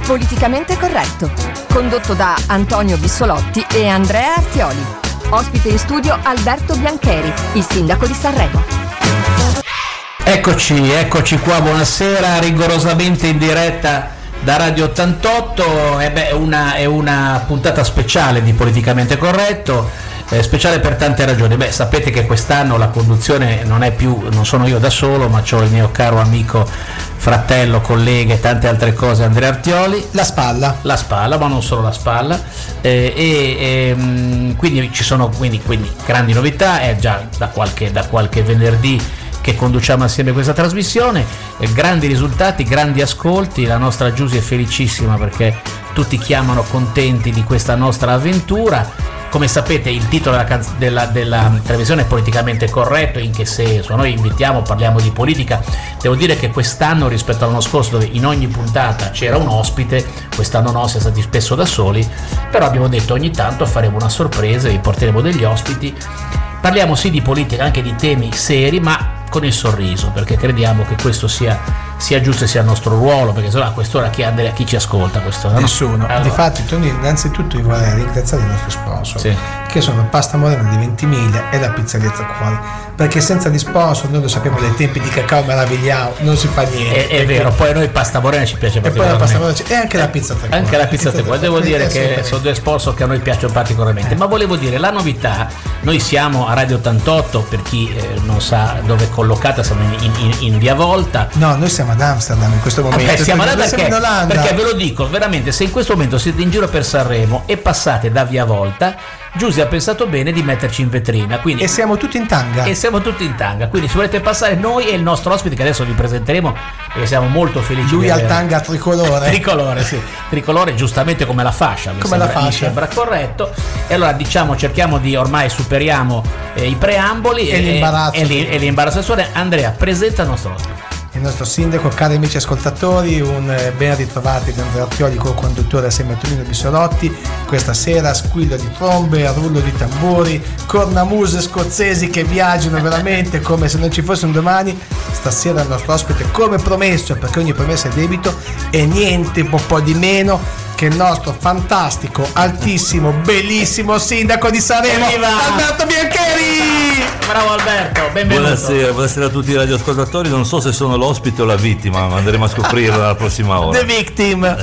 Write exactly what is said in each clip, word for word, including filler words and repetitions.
Politicamente corretto, condotto da Antonio Bissolotti e Andrea Artioli. Ospite in studio Alberto Biancheri, il sindaco di Sanremo. Eccoci, eccoci qua, buonasera, rigorosamente in diretta da Radio ottantotto. Eh beh, è una, è una puntata speciale di Politicamente Corretto, eh, speciale per tante ragioni. Beh, sapete che quest'anno la conduzione non è più, non sono io da solo, ma c'ho il mio caro amico, fratello, collega e tante altre cose, Andrea Artioli. La spalla. La spalla, ma non solo la spalla. Eh, e, e quindi ci sono quindi, quindi grandi novità, è già da qualche, da qualche venerdì che conduciamo assieme questa trasmissione, eh, grandi risultati, grandi ascolti, la nostra Giusy è felicissima perché tutti chiamano contenti di questa nostra avventura. Come sapete il titolo della, canz- della, della televisione è Politicamente Corretto. In che senso? Noi invitiamo, parliamo di politica. Devo dire che quest'anno rispetto all'anno scorso, dove in ogni puntata c'era un ospite, quest'anno no, siamo stati spesso da soli, però abbiamo detto ogni tanto faremo una sorpresa, vi porteremo degli ospiti, parliamo sì di politica, anche di temi seri, ma con il sorriso, perché crediamo che questo sia, sia giusto e sia il nostro ruolo, perché sennò a quest'ora chi, Andrea, chi ci ascolta a quest'ora? Nessuno. Allora. Difatti, Tony, innanzitutto io vorrei ringraziare i nostri sponsor, sì, che sono Pasta Morena di Ventimiglia e la Pizzeria Tre Cuori, perché senza gli sponsor noi lo sappiamo, dai tempi di Cacao meravigliamo, non si fa niente. È, è vero, poi a noi Pasta Morena ci piace particolarmente. E anche la Pizza Tre Cuori. Anche la Pizza Tre Cuori, devo dire che sono due sponsor che a noi piacciono particolarmente. Ma volevo dire, la novità, noi siamo a Radio ottantotto, per chi eh, non sa dove è collocata, siamo in, in, in via Volta. No, noi siamo ad Amsterdam in questo momento. Vabbè, siamo perché, perché, siamo in Olanda. perché ve lo dico, veramente, se in questo momento siete in giro per Sanremo e passate da via Volta, Giusy ha pensato bene di metterci in vetrina, quindi, e siamo tutti in tanga. E siamo tutti in tanga, quindi se volete passare, noi e il nostro ospite che adesso vi presenteremo, perché siamo molto felici. Lui al tanga tricolore. Tricolore, sì. Tricolore giustamente come la fascia. Mi come sembra, la fascia. Mi sembra corretto. E allora diciamo, cerchiamo di, ormai superiamo eh, i preamboli e, e l'imbarazzo. E, e, e l'imbarazzo. Andrea, presenta il nostro ospite. Il nostro sindaco, cari amici ascoltatori, un eh, ben ritrovati da Andrea Artioli, co-conduttore assieme a Tonino Bissolotti. Questa sera squillo di trombe, rullo di tamburi, cornamuse scozzesi che viaggiano veramente come se non ci fosse un domani. Stasera il nostro ospite, come promesso, perché ogni promessa è debito, e niente un po' di meno che il nostro fantastico, altissimo, bellissimo sindaco di Sanremo, Alberto Biancheri. Bravo Alberto, benvenuto. Buonasera, buonasera a tutti i radioascoltatori. Non so se sono l'ospite o la vittima, ma andremo a scoprirlo la prossima ora. The victim.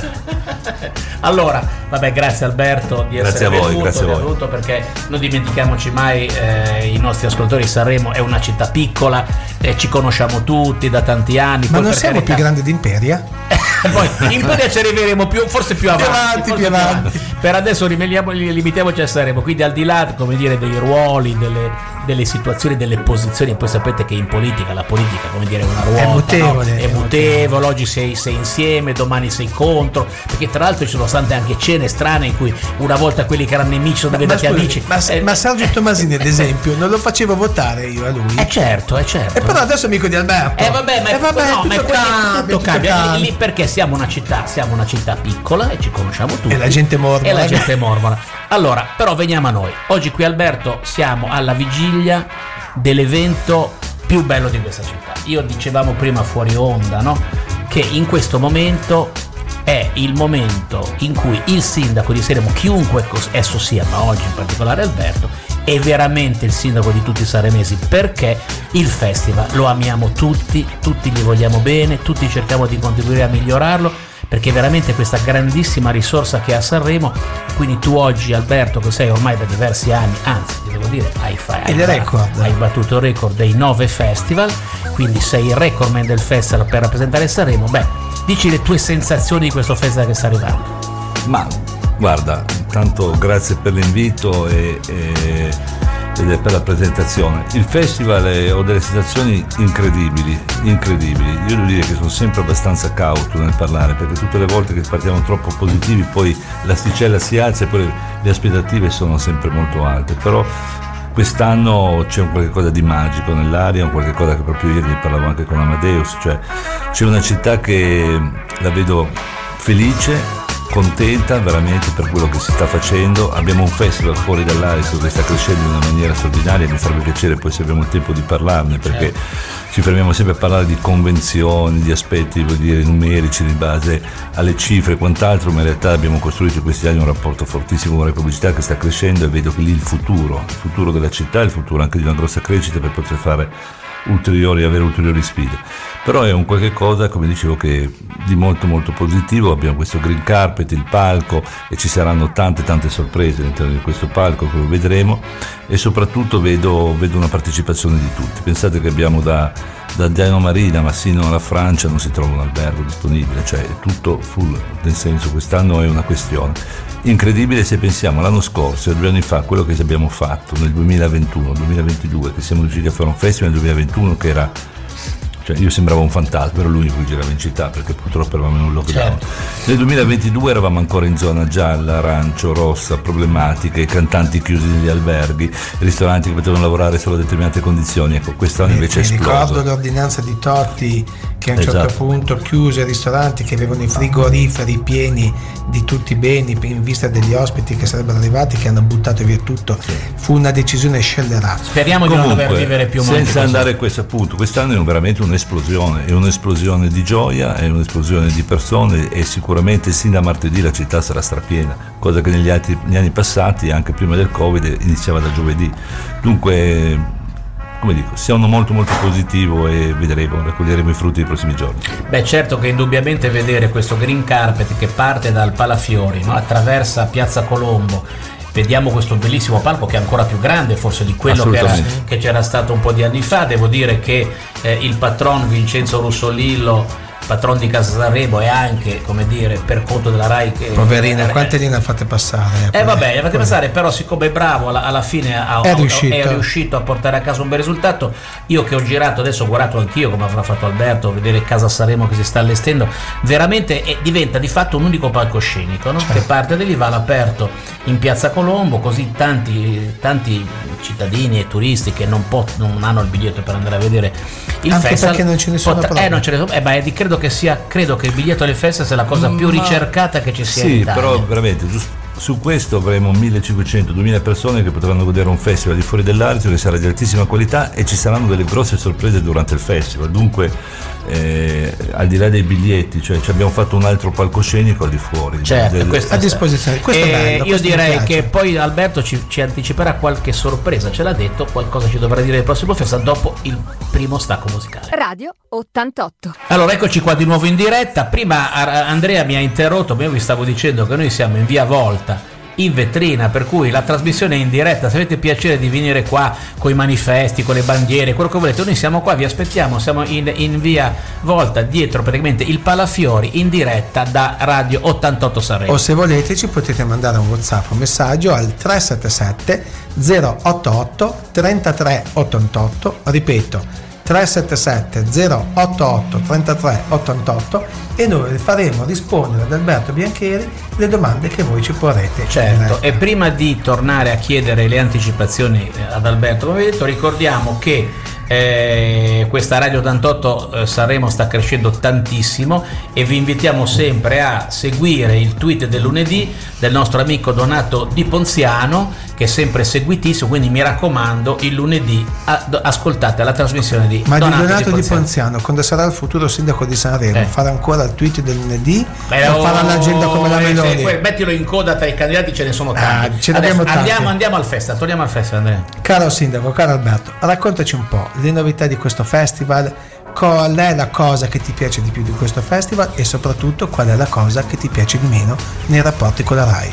Allora, vabbè, grazie Alberto di grazie essere a voi, venuto, grazie a voi. venuto, perché non dimentichiamoci mai, eh, i nostri ascoltatori di Sanremo è una città piccola, eh, ci conosciamo tutti da tanti anni. Ma poi non per siamo carità, più grandi di Imperia? poi in Imperia ci arriveremo più, forse più avanti, più avanti, forse più avanti. Per adesso rimaniamo, limitiamoci a Sanremo, quindi al di là, come dire, dei ruoli, delle, delle situazioni, delle posizioni. E poi sapete che in politica, la politica, come dire, è una ruota, è mutevole, no? È, è mutevole, oggi sei, sei insieme, domani sei contro, perché tra l'altro ci sono state anche cene strane in cui una volta quelli che erano nemici sono diventati amici. Ma, eh, ma Sergio Tomasini, ad esempio, non lo facevo votare io a lui. Eh certo, è certo. E però adesso è amico di Alberto. Eh vabbè, ma, eh vabbè, no, tutto ma cambia, tutto tutto cambia. cambia. Lì, lì perché siamo una città, siamo una città piccola e ci conosciamo tutti. E la gente mormora. E la gente mormora. Allora, però veniamo a noi. Oggi qui Alberto siamo alla vigilia dell'evento più bello di questa città. Io dicevamo prima fuori onda, no? Che in questo momento è il momento in cui il sindaco di Sanremo, chiunque esso sia, ma oggi in particolare Alberto, è veramente il sindaco di tutti i sanremesi, perché il festival lo amiamo tutti, tutti gli vogliamo bene, tutti cerchiamo di contribuire a migliorarlo, perché veramente questa grandissima risorsa che ha Sanremo. Quindi tu oggi, Alberto, che sei ormai da diversi anni, anzi ti devo dire hai, hai, il record. hai battuto il record dei nove festival, quindi sei il recordman del festival per rappresentare Sanremo. Beh, dici le tue sensazioni di questo festival che sta arrivando. Ma guarda, intanto grazie per l'invito e, e, e per la presentazione. Il festival è, ho delle sensazioni incredibili, incredibili. Io devo dire che sono sempre abbastanza cauto nel parlare, perché tutte le volte che partiamo troppo positivi poi l'asticella si alza e poi le aspettative sono sempre molto alte. Però quest'anno c'è un qualche cosa di magico nell'aria, un qualche cosa che proprio ieri ne parlavo anche con Amadeus, cioè c'è una città che la vedo felice, contenta veramente per quello che si sta facendo. Abbiamo un festival fuori dall'Ariston che sta crescendo in una maniera straordinaria, mi farebbe piacere poi se abbiamo il tempo di parlarne, perché ci fermiamo sempre a parlare di convenzioni, di aspetti, vuol dire, numerici in base alle cifre e quant'altro, ma in realtà abbiamo costruito in questi anni un rapporto fortissimo con la pubblicità che sta crescendo, e vedo che lì il futuro, il futuro della città, il futuro anche di una grossa crescita per poter fare ulteriori, avere ulteriori sfide. Però è un qualche cosa, come dicevo, che di molto molto positivo. Abbiamo questo green carpet, il palco, e ci saranno tante tante sorprese all'interno di questo palco che lo vedremo, e soprattutto vedo, vedo una partecipazione di tutti. Pensate che abbiamo da, da Diano Marina ma sino alla Francia non si trova un albergo disponibile, cioè è tutto full, nel senso quest'anno è una questione incredibile. Se pensiamo l'anno scorso e due anni fa quello che abbiamo fatto nel duemilaventuno duemilaventidue, che siamo riusciti a fare un festival nel duemilaventuno che era, cioè io sembravo un fantasma, ero l'unico che girava in città perché purtroppo eravamo in un lockdown. Certo. Nel duemilaventidue eravamo ancora in zona gialla, arancio, rossa, problematiche, i cantanti chiusi negli alberghi, i ristoranti che potevano lavorare solo a determinate condizioni. Ecco, quest'anno invece è esploso. Mi ricordo l'ordinanza di Totti che a un esatto. certo punto chiuse i ristoranti che avevano i frigoriferi pieni di tutti i beni in vista degli ospiti che sarebbero arrivati, che hanno buttato via tutto. Sì. Fu una decisione scellerata. Speriamo Comunque, di non dover vivere più senza così. andare a questo appunto, quest'anno è veramente un'esplosione, è un'esplosione di gioia, è un'esplosione di persone, e sicuramente sin da martedì la città sarà strapiena, cosa che negli, altri, negli anni passati, anche prima del Covid, iniziava da giovedì. Dunque, come dico, siamo molto molto positivo e vedremo, raccoglieremo i frutti dei prossimi giorni. Beh, certo che indubbiamente vedere questo green carpet che parte dal Palafiori, no? Attraversa Piazza Colombo, vediamo questo bellissimo palco che è ancora più grande forse di quello che, era, che c'era stato un po' di anni fa. Devo dire che eh, il patron Vincenzo Russolillo, patron di Casa Sanremo, e anche, come dire, per conto della Rai che poverina, eh, quante gliene ha fatte passare? Eh vabbè, le ha fatte passare, però siccome è bravo alla, alla fine ha, è, ha, riuscito. è riuscito a portare a casa un bel risultato. Io che ho girato, adesso ho guardato anch'io come avrà fatto Alberto, vedere Casa Sanremo che si sta allestendo, veramente è, diventa di fatto un unico palcoscenico, no? Certo. Che parte da lì, va all'aperto in Piazza Colombo, così tanti, tanti cittadini e turisti che non, po- non hanno il biglietto per andare a vedere il anche festival, perché non ce ne sono pot- eh, non ce ne sono, eh, ma è, credo che sia credo che il biglietto del festival sia la cosa più ma... ricercata che ci sia sì, in Italia. Però veramente giusto, su questo avremo millecinquecento duemila persone che potranno godere un festival di fuori dell'Ariston che sarà di altissima qualità, e ci saranno delle grosse sorprese durante il festival. Dunque eh, al di là dei biglietti, cioè ci abbiamo fatto un altro palcoscenico al di fuori, certo, del... a disposizione. Questo e è bello, io questo direi che poi Alberto ci, ci anticiperà qualche sorpresa, ce l'ha detto, qualcosa ci dovrà dire il prossimo festival dopo il primo stacco musicale. Radio ottantotto. Allora eccoci qua di nuovo in diretta. Prima Andrea mi ha interrotto, ma io vi stavo dicendo che noi siamo in via Volta, in vetrina, per cui la trasmissione è in diretta. Se avete piacere di venire qua con i manifesti, con le bandiere, quello che volete, noi siamo qua, vi aspettiamo. Siamo in, in via Volta, dietro praticamente il Palafiori, in diretta da Radio ottantotto Sanremo. O se volete ci potete mandare un WhatsApp, un messaggio al tre sette sette zero otto otto tre tre otto otto, ripeto tre sette sette zero otto otto tre tre otto otto, e noi faremo rispondere ad Alberto Biancheri le domande che voi ci porrete. Certo, e prima di tornare a chiedere le anticipazioni ad Alberto, come vi ho detto, ricordiamo che eh, questa Radio ottantotto eh, Sanremo sta crescendo tantissimo, e vi invitiamo sempre a seguire il tweet del lunedì del nostro amico Donato Di Ponziano, che è sempre seguitissimo, quindi mi raccomando, il lunedì a, ascoltate la trasmissione di ma Donato, di Donato Di Ponziano. Di Ponziano, quando sarà il futuro sindaco di Sanremo, eh. farà ancora il tweet del lunedì? Beh, o farà l'agenda come la Meloni? Se, mettilo in coda tra i candidati, ce ne sono tanti. Ah, ce ne abbiamo tanti. Andiamo, andiamo al festival, torniamo al festival, Andrea. Caro sindaco, caro Alberto, raccontaci un po' le novità di questo festival, qual è la cosa che ti piace di più di questo festival, e soprattutto qual è la cosa che ti piace di meno nei rapporti con la Rai.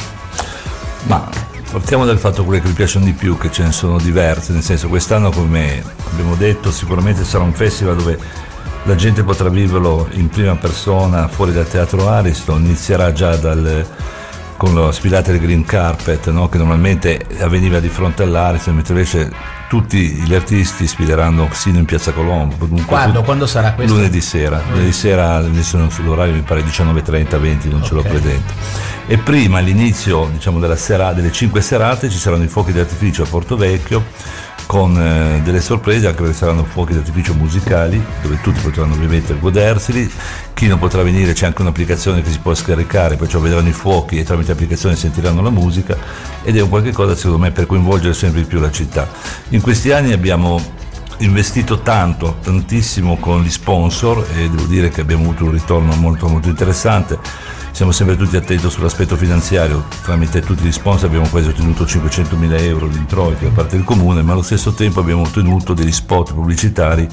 Ma partiamo dal fatto quelle che mi piacciono di più, che ce ne sono diverse, nel senso, quest'anno, come abbiamo detto, sicuramente sarà un festival dove la gente potrà viverlo in prima persona fuori dal Teatro Ariston. Inizierà già dal, con la sfilata del green carpet, no? Che normalmente avveniva di fronte all'Ariston, mentre invece tutti gli artisti sfileranno sino in Piazza Colombo. Dunque, quando? tu, quando sarà questo? Lunedì sera, mm. lunedì sera adesso sull'orario mi pare diciannove e trenta venti, non okay. ce l'ho presente. E prima, all'inizio, diciamo, della sera, delle cinque serate, ci saranno i fuochi d'artificio a Porto Vecchio, con eh, delle sorprese, anche perché saranno fuochi d'artificio musicali dove tutti potranno ovviamente goderseli. Chi non potrà venire, c'è anche un'applicazione che si può scaricare, perciò vedranno i fuochi e tramite l'applicazione sentiranno la musica, ed è un qualche cosa secondo me per coinvolgere sempre di più la città. In questi anni abbiamo investito tanto, tantissimo con gli sponsor, e devo dire che abbiamo avuto un ritorno molto molto interessante. Siamo sempre tutti attenti sull'aspetto finanziario, tramite tutti gli sponsor abbiamo quasi ottenuto cinquecentomila euro di introiti da parte del comune, ma allo stesso tempo abbiamo ottenuto degli spot pubblicitari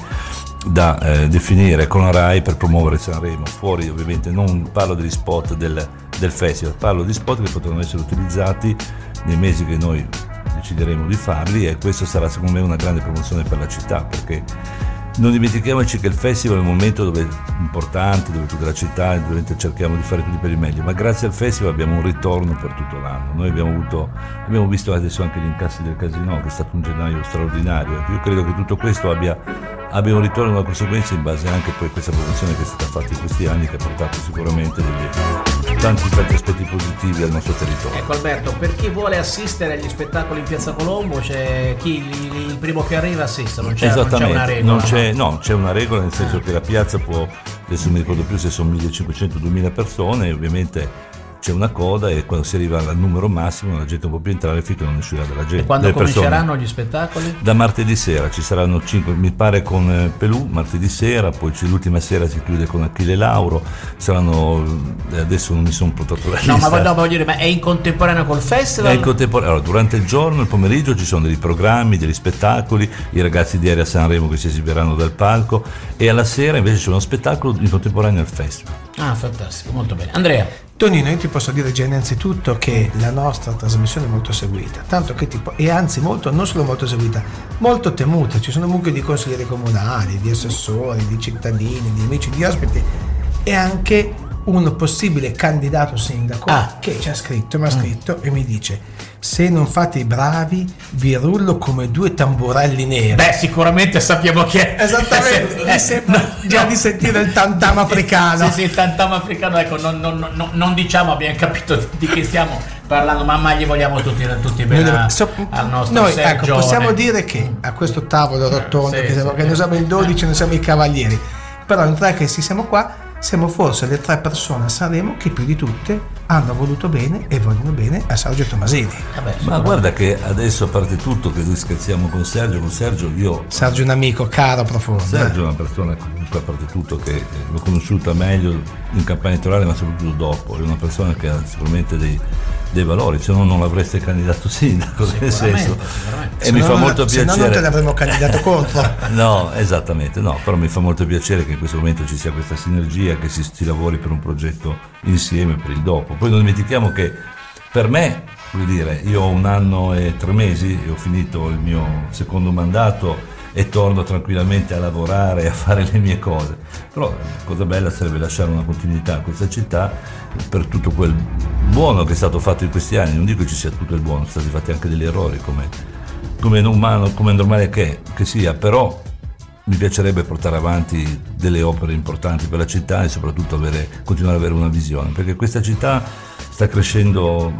da eh, definire con la RAI per promuovere Sanremo. Fuori ovviamente non parlo degli spot del, del festival, parlo di spot che potranno essere utilizzati nei mesi che noi decideremo di farli, e questo sarà secondo me una grande promozione per la città, perché non dimentichiamoci che il festival è un momento dove importante, dove tutta la città, dove cerchiamo di fare tutti per il meglio, ma grazie al festival abbiamo un ritorno per tutto l'anno. Noi abbiamo avuto, abbiamo visto adesso anche gli incassi del casino, che è stato un gennaio straordinario. Io credo che tutto questo abbia, abbia un ritorno e una conseguenza in base anche poi a questa promozione che è stata fatta in questi anni, che ha portato sicuramente degli, tanti tanti aspetti positivi al nostro territorio. Ecco Alberto, per chi vuole assistere agli spettacoli in Piazza Colombo, c'è chi il primo che arriva assiste, non c'è, Esattamente, non c'è una regola. Non c'è, no, c'è una regola, nel senso che la piazza può, adesso non mi ricordo più se sono millecinquecento duemila persone, e ovviamente c'è una coda, e quando si arriva al numero massimo la gente non può più entrare finché non uscirà dalla gente. E quando cominceranno persone. Gli spettacoli? Da martedì sera ci saranno cinque, mi pare con eh, Pelù martedì sera, poi l'ultima sera si chiude con Achille Lauro, saranno, adesso non mi sono portato la lista. No, ma no, voglio dire, ma è in contemporanea col festival? È in contemporanea. Allora, durante il giorno, il pomeriggio ci sono dei programmi, degli spettacoli, i ragazzi di Area Sanremo che si esibiranno dal palco, e alla sera invece c'è uno spettacolo in contemporanea al festival. Ah, fantastico, molto bene. Andrea? Tonino, io ti posso dire già innanzitutto che la nostra trasmissione è molto seguita, tanto che tipo, e anzi molto, non solo molto seguita, molto temuta. Ci sono mucche di consiglieri comunali, di assessori, di cittadini, di amici, di ospiti, e anche un possibile candidato sindaco ah. che ci ha scritto, mi ha scritto mm. e mi dice: se non fate i bravi vi rullo come due tamburelli neri. Beh, sicuramente sappiamo chi è. Esattamente, mi sembra no, già no. di sentire il tantam africano. Sì, sì, il tantam africano, ecco, non, non, non, non diciamo, abbiamo capito di che stiamo parlando, ma mai gli vogliamo tutti, tutti bene so, al nostro noi, Sergio. Ecco, possiamo dire che a questo tavolo rotondo, sì, che, sì, che sì. noi siamo il dodici, noi siamo i cavalieri, però in tre che sì siamo qua, siamo forse le tre persone a Sanremo che più di tutte hanno voluto bene e vogliono bene a Sergio Tomasini. Vabbè, ma guarda che adesso, a parte tutto, che noi scherziamo con Sergio, con Sergio io... Sergio è un amico caro, profondo. Sergio è una persona, comunque, a parte tutto, che l'ho conosciuta meglio in campagna elettorale, ma soprattutto dopo. È una persona che ha sicuramente dei, dei valori, se no non l'avreste candidato sindaco, nel senso. E se mi fa non, molto se piacere. Se no non te l'avremmo candidato contro. No, esattamente, no, però mi fa molto piacere che in questo momento ci sia questa sinergia, che si, si lavori per un progetto insieme per il dopo. Poi non dimentichiamo che per me, vuol dire, io ho un anno e tre mesi e ho finito il mio secondo mandato e torno tranquillamente a lavorare e a fare le mie cose, però la cosa bella sarebbe lasciare una continuità a questa città per tutto quel buono che è stato fatto in questi anni. Non dico che ci sia tutto il buono, sono stati fatti anche degli errori, come, come è umano, come è normale che, che sia, però mi piacerebbe portare avanti delle opere importanti per la città e soprattutto avere, continuare ad avere una visione, perché questa città sta crescendo,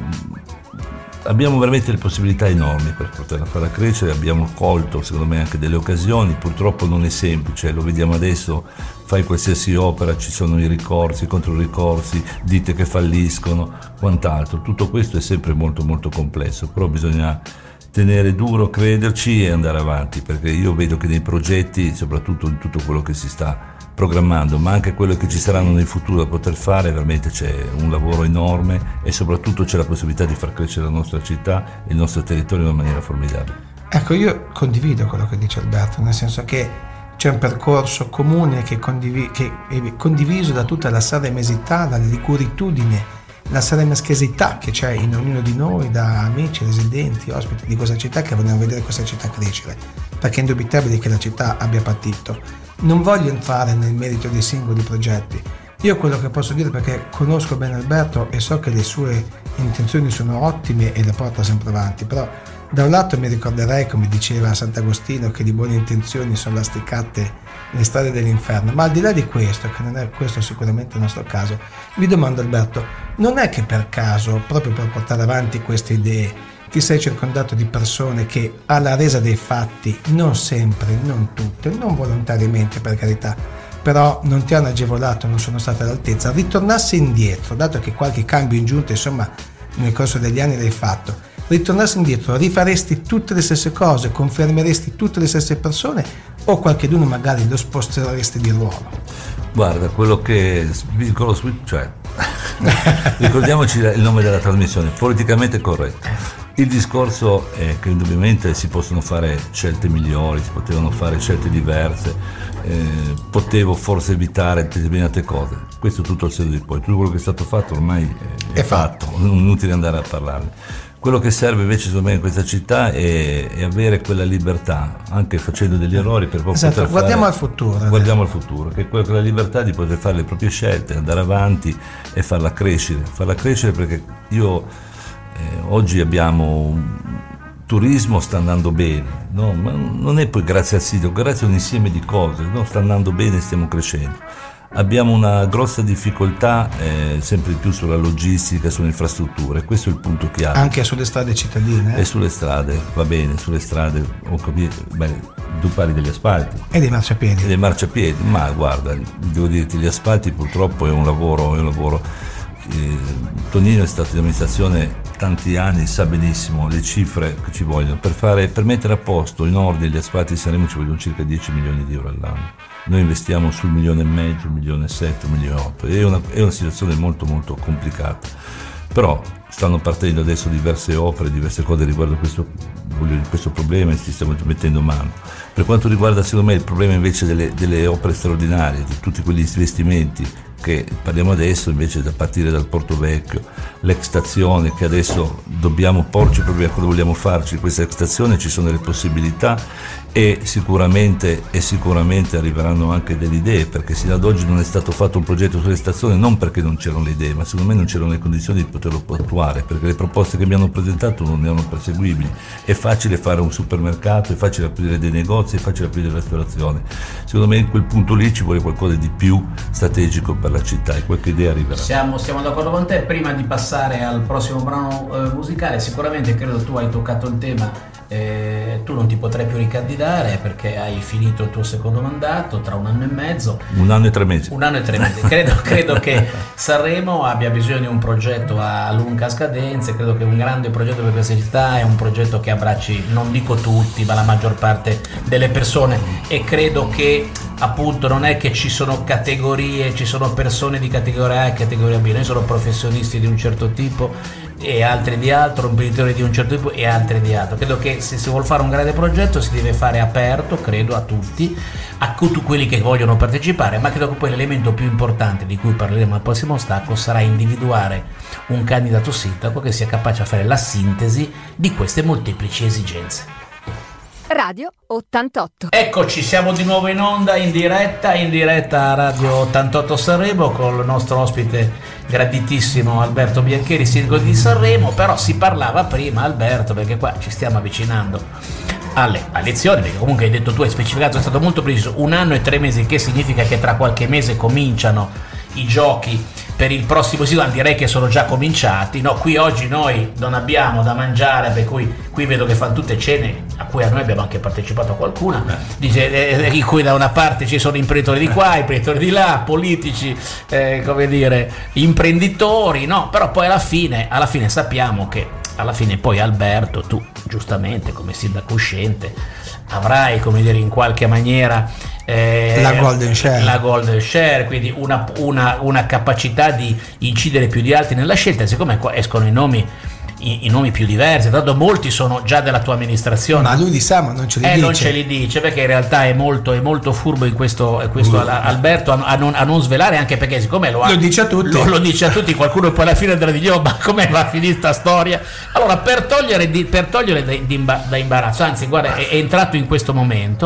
abbiamo veramente le possibilità enormi per poterla farla crescere, abbiamo colto secondo me anche delle occasioni, purtroppo non è semplice, lo vediamo adesso, fai qualsiasi opera, ci sono i ricorsi, controricorsi, ditte che falliscono, quant'altro, tutto questo è sempre molto molto complesso, però bisogna tenere duro, crederci e andare avanti, perché io vedo che nei progetti, soprattutto in tutto quello che si sta programmando, ma anche quello che ci saranno nel futuro da poter fare, veramente c'è un lavoro enorme e soprattutto c'è la possibilità di far crescere la nostra città e il nostro territorio in una maniera formidabile. Ecco, io condivido quello che dice Alberto, nel senso che c'è un percorso comune che, condiv- che è condiviso da tutta la saremesità, la licuritudine, la saremeschesità che c'è in ognuno di noi, da amici, residenti, ospiti di questa città, che vogliono vedere questa città crescere, perché è indubitabile che la città abbia patito. Non voglio entrare nel merito dei singoli progetti. Io quello che posso dire, perché conosco bene Alberto e so che le sue intenzioni sono ottime e le porta sempre avanti, però da un lato mi ricorderei, come diceva Sant'Agostino, che di buone intenzioni sono lasticate le strade dell'inferno, ma al di là di questo, che non è questo sicuramente il nostro caso, vi domando Alberto, non è che per caso, proprio per portare avanti queste idee, ti sei circondato di persone che alla resa dei fatti, non sempre, non tutte, non volontariamente per carità, però non ti hanno agevolato, non sono state all'altezza, ritornasse indietro, dato che qualche cambio in giunta insomma nel corso degli anni l'hai fatto, ritornassi indietro, rifaresti tutte le stesse cose, confermeresti tutte le stesse persone o qualcheduno magari lo sposteresti di ruolo? Guarda, quello che cioè ricordiamoci il nome della trasmissione, politicamente corretto. Il discorso è che indubbiamente si possono fare scelte migliori, si potevano fare scelte diverse, eh, potevo forse evitare determinate cose. Questo è tutto al senso di poi, tutto quello che è stato fatto ormai è, è fatto, fatto. Non è inutile andare a parlarne. Quello che serve invece secondo me in questa città è, è avere quella libertà, anche facendo degli errori, per poi esatto, poter guardiamo fare, al futuro. Guardiamo al futuro, che è quella libertà di poter fare le proprie scelte, andare avanti e farla crescere, farla crescere perché io eh, oggi abbiamo un turismo, sta andando bene, no? Ma non è poi grazie al sito, grazie a un insieme di cose, no? Sta andando bene, stiamo crescendo. Abbiamo una grossa difficoltà eh, sempre di più sulla logistica, sulle infrastrutture, questo è il punto chiave. Anche sulle strade cittadine? E sulle strade, va bene, sulle strade, ho capito, beh, tu parli degli asfalti. E dei marciapiedi. E dei marciapiedi, ma guarda, devo dirti, gli asfalti purtroppo è un lavoro, è un lavoro. Eh, Tonino è stato in amministrazione tanti anni, sa benissimo le cifre che ci vogliono. Per, fare, per mettere a posto in ordine gli asfalti di Sanremo ci vogliono circa dieci milioni di euro all'anno. Noi investiamo sul milione e mezzo, un milione e sette, un milione e otto. È una, è una situazione molto molto complicata. Però stanno partendo adesso diverse opere, diverse cose riguardo questo, questo problema e ci stiamo mettendo mano. Per quanto riguarda secondo me il problema invece delle, delle opere straordinarie, di tutti quegli investimenti che parliamo adesso, invece da partire dal Porto Vecchio, l'ex stazione che adesso dobbiamo porci proprio a cosa vogliamo farci di questa ex stazione, ci sono delle possibilità e sicuramente, e sicuramente arriveranno anche delle idee, perché sino ad oggi non è stato fatto un progetto sulle stazioni non perché non c'erano le idee, ma secondo me non c'erano le condizioni di poterlo attuare, perché le proposte che mi hanno presentato non erano perseguibili. È facile fare un supermercato, è facile aprire dei negozi, è facile aprire la ristorazione. Secondo me in quel punto lì ci vuole qualcosa di più strategico per la città e qualche idea arriverà. Siamo, siamo d'accordo con te. Prima di passare al prossimo brano eh, musicale, sicuramente credo tu hai toccato il tema. Eh, tu non ti potrai più ricandidare perché hai finito il tuo secondo mandato tra un anno e mezzo. Un anno e tre mesi. Un anno e tre mesi. Credo, credo che Sanremo abbia bisogno di un progetto a lunga scadenza. Credo che un grande progetto per questa città è un progetto che abbracci, non dico tutti, ma la maggior parte delle persone. E credo che appunto non è che ci sono categorie, ci sono persone di categoria A e categoria B. Noi sono professionisti di un certo tipo e altri di altro, imprenditori di un certo tipo e altri di altro. Credo che se si vuole fare un grande progetto si deve fare aperto, credo, a tutti, a tutti quelli che vogliono partecipare, ma credo che poi l'elemento più importante di cui parleremo al prossimo stacco sarà individuare un candidato sindaco che sia capace a fare la sintesi di queste molteplici esigenze. Radio ottantotto. Eccoci, siamo di nuovo in onda, in diretta, in diretta a Radio ottantotto Sanremo con il nostro ospite graditissimo Alberto Biancheri, sindaco di Sanremo. Però si parlava prima, Alberto, perché qua ci stiamo avvicinando alle elezioni, perché comunque hai detto tu, hai specificato, è stato molto preciso, un anno e tre mesi, che significa che tra qualche mese cominciano i giochi per il prossimo season. Direi che sono già cominciati, no? Qui oggi noi non abbiamo da mangiare, per cui qui vedo che fanno tutte cene a cui a noi abbiamo anche partecipato a qualcuna, dice, eh, in cui da una parte ci sono imprenditori di qua, imprenditori di là, politici, eh, come dire, imprenditori, no? Però poi alla fine, alla fine sappiamo che alla fine poi Alberto, tu giustamente come sindaco uscente avrai, come dire, in qualche maniera Eh, la golden share, la golden share, quindi una, una, una capacità di incidere più di altri nella scelta. Siccome qua escono i nomi i, i nomi più diversi, tanto molti sono già della tua amministrazione, ma lui li sa, ma non ce li eh, dice non ce li dice, perché in realtà è molto, è molto furbo in questo, questo uh. Alberto a, a, non, a non svelare, anche perché siccome lo, ha, lo dice a tutti lo, lo dice a tutti, qualcuno poi alla fine andrà di oh, ma come va a finire sta storia? Allora, per togliere, di, per togliere da, di, da imbarazzo, anzi guarda, è, è entrato in questo momento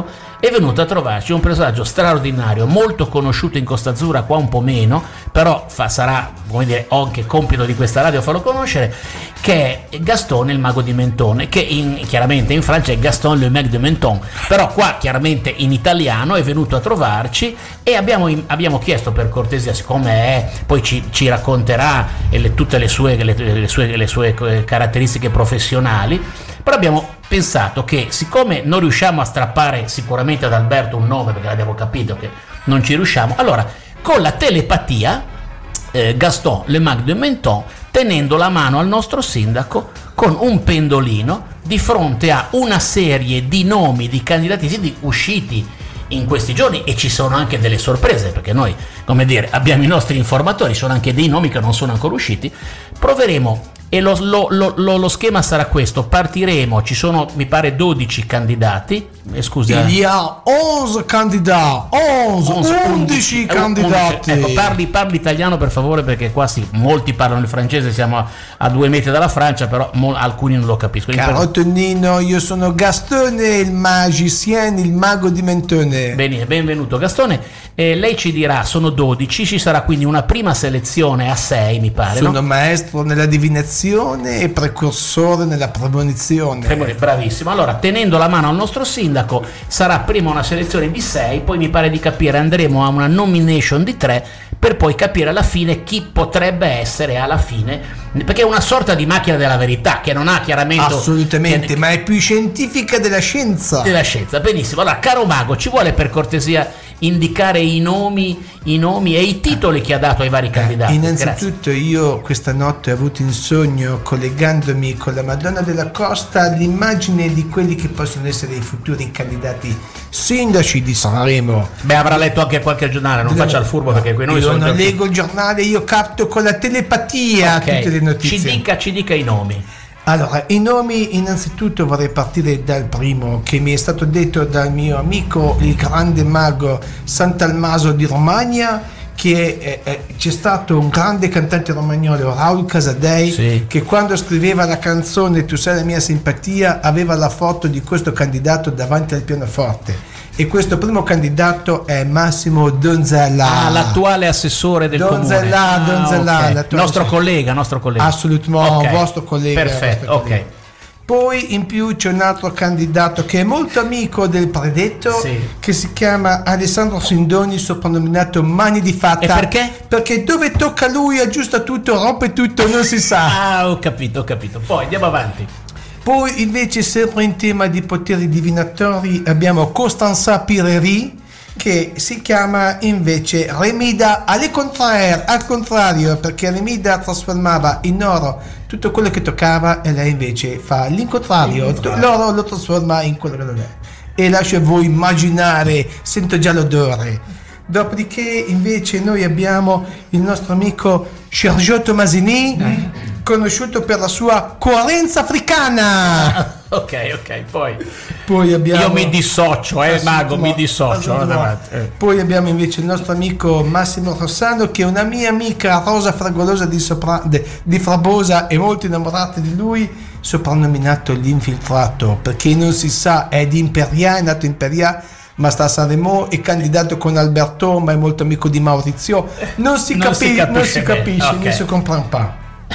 è venuto a trovarci un personaggio straordinario, molto conosciuto in Costa Azzurra, qua un po' meno, però fa, sarà, come dire, anche compito di questa radio farlo conoscere, che è Gaston il mago di Mentone, che in, chiaramente in Francia è Gaston le Mac de Menton, però qua chiaramente in italiano è venuto a trovarci e abbiamo, abbiamo chiesto per cortesia, siccome è, poi ci, ci racconterà le, tutte le sue, le, le, sue, le sue caratteristiche professionali, però abbiamo pensato che siccome non riusciamo a strappare sicuramente ad Alberto un nome, perché abbiamo capito che non ci riusciamo, allora con la telepatia eh, Gaston le Mac de Menton, tenendo la mano al nostro sindaco con un pendolino di fronte a una serie di nomi di candidati usciti in questi giorni, e ci sono anche delle sorprese perché noi, come dire, abbiamo i nostri informatori, sono anche dei nomi che non sono ancora usciti. Proveremo, e lo, lo, lo, lo schema sarà questo: partiremo, ci sono mi pare dodici candidati, eh, scusa, il y a onze candidati, onze, undici candidati. Ecco, parli, parli italiano per favore, perché qua sì, molti parlano il francese, siamo a, a due metri dalla Francia, però mo, alcuni non lo capiscono. Caro Tonino, io sono Gastone, il magicien, il mago di Mentone. Bene, benvenuto Gastone. Eh, lei ci dirà, sono dodici, ci sarà quindi una prima selezione a sei, mi pare. Sono no? maestro nella divinazione e precursore nella premonizione. Premoni- bravissimo. Allora, tenendo la mano al nostro sindaco, sarà prima una selezione di sei, poi mi pare di capire andremo a una nomination di tre, per poi capire alla fine chi potrebbe essere alla fine, perché è una sorta di macchina della verità che non ha chiaramente assolutamente, che, ma è più scientifica della scienza. Della scienza, benissimo. Allora, caro mago, ci vuole per cortesia indicare i nomi, i nomi e i titoli che ha dato ai vari candidati? Eh, innanzitutto Grazie. Io questa notte ho avuto in sogno, collegandomi con la Madonna della Costa, l'immagine di quelli che possono essere i futuri candidati sindaci di Sanremo. Beh, avrà letto anche qualche giornale, non faccia il furbo, perché qui noi io sono non leggo il giornale, io capto con la telepatia okay. tutte le notizie. Ci dica, ci dica i nomi. Allora, i nomi, innanzitutto vorrei partire dal primo, che mi è stato detto dal mio amico il grande mago Sant'Almaso di Romagna, che è, è, c'è stato un grande cantante romagnolo, Raul Casadei, sì. che quando scriveva la canzone Tu sei la mia simpatia aveva la foto di questo candidato davanti al pianoforte. E questo primo candidato è Massimo Donzella. Ah, l'attuale assessore del Donzella, comune. Donzella, ah, okay. Nostro collega, nostro collega. Assolutamente, okay. vostro collega. Perfetto, vostro ok. Collega. Poi in più c'è un altro candidato che è molto amico del predetto, sì. che si chiama Alessandro Sindoni, soprannominato Mani di Fatta. E perché? Perché dove tocca lui aggiusta tutto, rompe tutto, non si sa. Ah, ho capito, ho capito. Poi andiamo avanti. Poi invece, sempre in tema di poteri divinatori, abbiamo Costanza Pireri, che si chiama invece Remida alle contraire, al contrario, perché Remida trasformava in oro tutto quello che toccava e lei invece fa l'incontrario, l'oro lo trasforma in quello che non è. E lascio a voi immaginare, sento già l'odore. Dopodiché invece noi abbiamo il nostro amico Sergio Tomasini, eh. conosciuto per la sua coerenza africana. Ah, ok, ok, poi poi abbiamo io mi dissocio, eh mago, mi dissocio. Eh. Poi abbiamo invece il nostro amico Massimo Rossano, che è una mia amica Rosa Fragolosa di, sopra, de, di Frabosa e molto innamorata di lui, soprannominato l'infiltrato, perché non si sa, è di Imperia, è nato in Imperia, ma sta a Sanremo, è candidato con Alberto, ma è molto amico di Maurizio. Non si, non capi- si capisce, non si capisce, okay. non si comprende pas.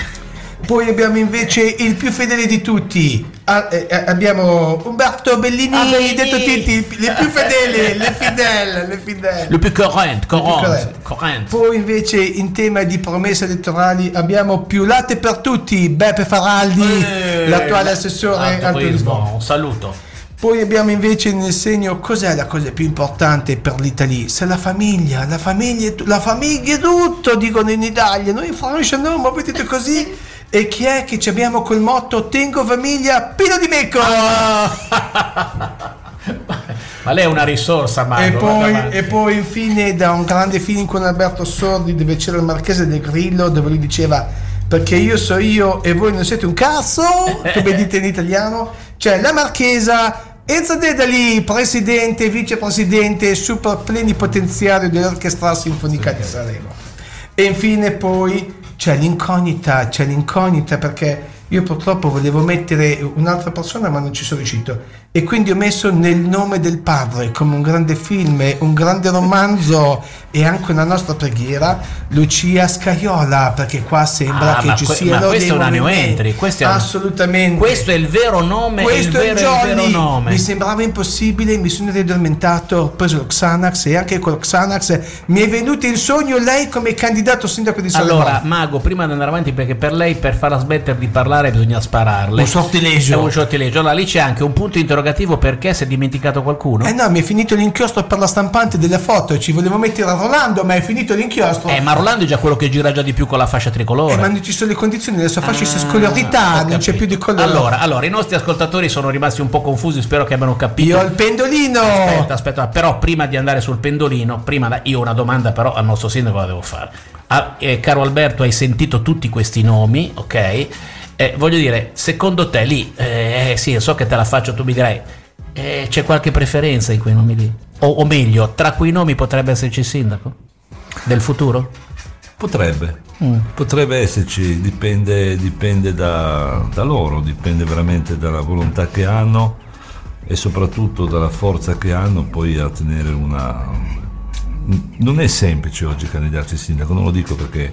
Poi abbiamo invece il più fedele di tutti, ah, eh, abbiamo Umberto Bellini, ah, Bellini. detto Titti, le più fedeli, le fidèle, le fidèle. Le più corrente, corrente. Poi invece in tema di promesse elettorali abbiamo più latte per tutti, Beppe Faraldi, eh, l'attuale assessore al turismo. Un saluto. Poi abbiamo invece nel segno, cos'è la cosa più importante per l'Italia? Se la famiglia, la famiglia, la famiglia è tutto, dicono in Italia, noi in Francia no, ma vedete così. E chi è che ci abbiamo quel motto, tengo famiglia, pino di mecco? Ma lei è una risorsa, Mago. E poi, e poi infine da un grande film con Alberto Sordi, dove c'era il Marchese del Grillo, dove lui diceva perché io so io e voi non siete un cazzo, come dite in italiano, c'è la Marchesa Enzo Dedali, presidente, vicepresidente, super plenipotenziario dell'Orchestra Sinfonica di Sanremo. E infine poi c'è l'incognita, c'è l'incognita perché Io purtroppo volevo mettere un'altra persona ma non ci sono riuscito, e quindi ho messo Nel nome del padre, come un grande film, un grande romanzo e anche una nostra preghiera, Lucia Scaiola, perché qua sembra Ah, che ma ci que- siano ma questo dei è una new movimenti. entry, questo è un- assolutamente Questo è il vero nome, questo il è il vero, il vero Johnny. nome. Mi sembrava impossibile, mi sono riaddormentato, ho preso lo Xanax e anche con lo Xanax mi è venuto in sogno lei come candidato sindaco di Salerno. Allora, Mago, prima di andare avanti, perché per lei, per farla smettere di parlare, bisogna spararle. Un sortilegio. È un sortilegio. Allora, lì c'è anche un punto interrogativo, perché si è dimenticato qualcuno? Eh no, mi è finito l'inchiostro per la stampante della foto, ci volevo mettere a Rolando, ma è finito l'inchiostro. Eh, ma Rolando è già quello che gira già di più con la fascia tricolore. Eh, ma non ci sono le condizioni, adesso fascia si Ah, scolorità, ho non c'è capito. più di colore. Allora, allora, i nostri ascoltatori sono rimasti un po' confusi, spero che abbiano capito. Io ho il pendolino. Aspetta, aspetta, però prima di andare sul pendolino, prima da- io ho una domanda però al nostro sindaco la devo fare. Ah, eh, caro Alberto, hai sentito tutti questi nomi, ok? Eh, voglio dire, secondo te lì, eh, sì, so che te la faccio, tu mi dirai, eh, c'è qualche preferenza in quei nomi lì? O, o meglio, tra quei nomi potrebbe esserci il sindaco del futuro? Potrebbe, Mm. potrebbe esserci, dipende, dipende da, da loro, dipende veramente dalla volontà che hanno e soprattutto dalla forza che hanno poi a tenere una... Non è semplice oggi candidarsi sindaco, non lo dico perché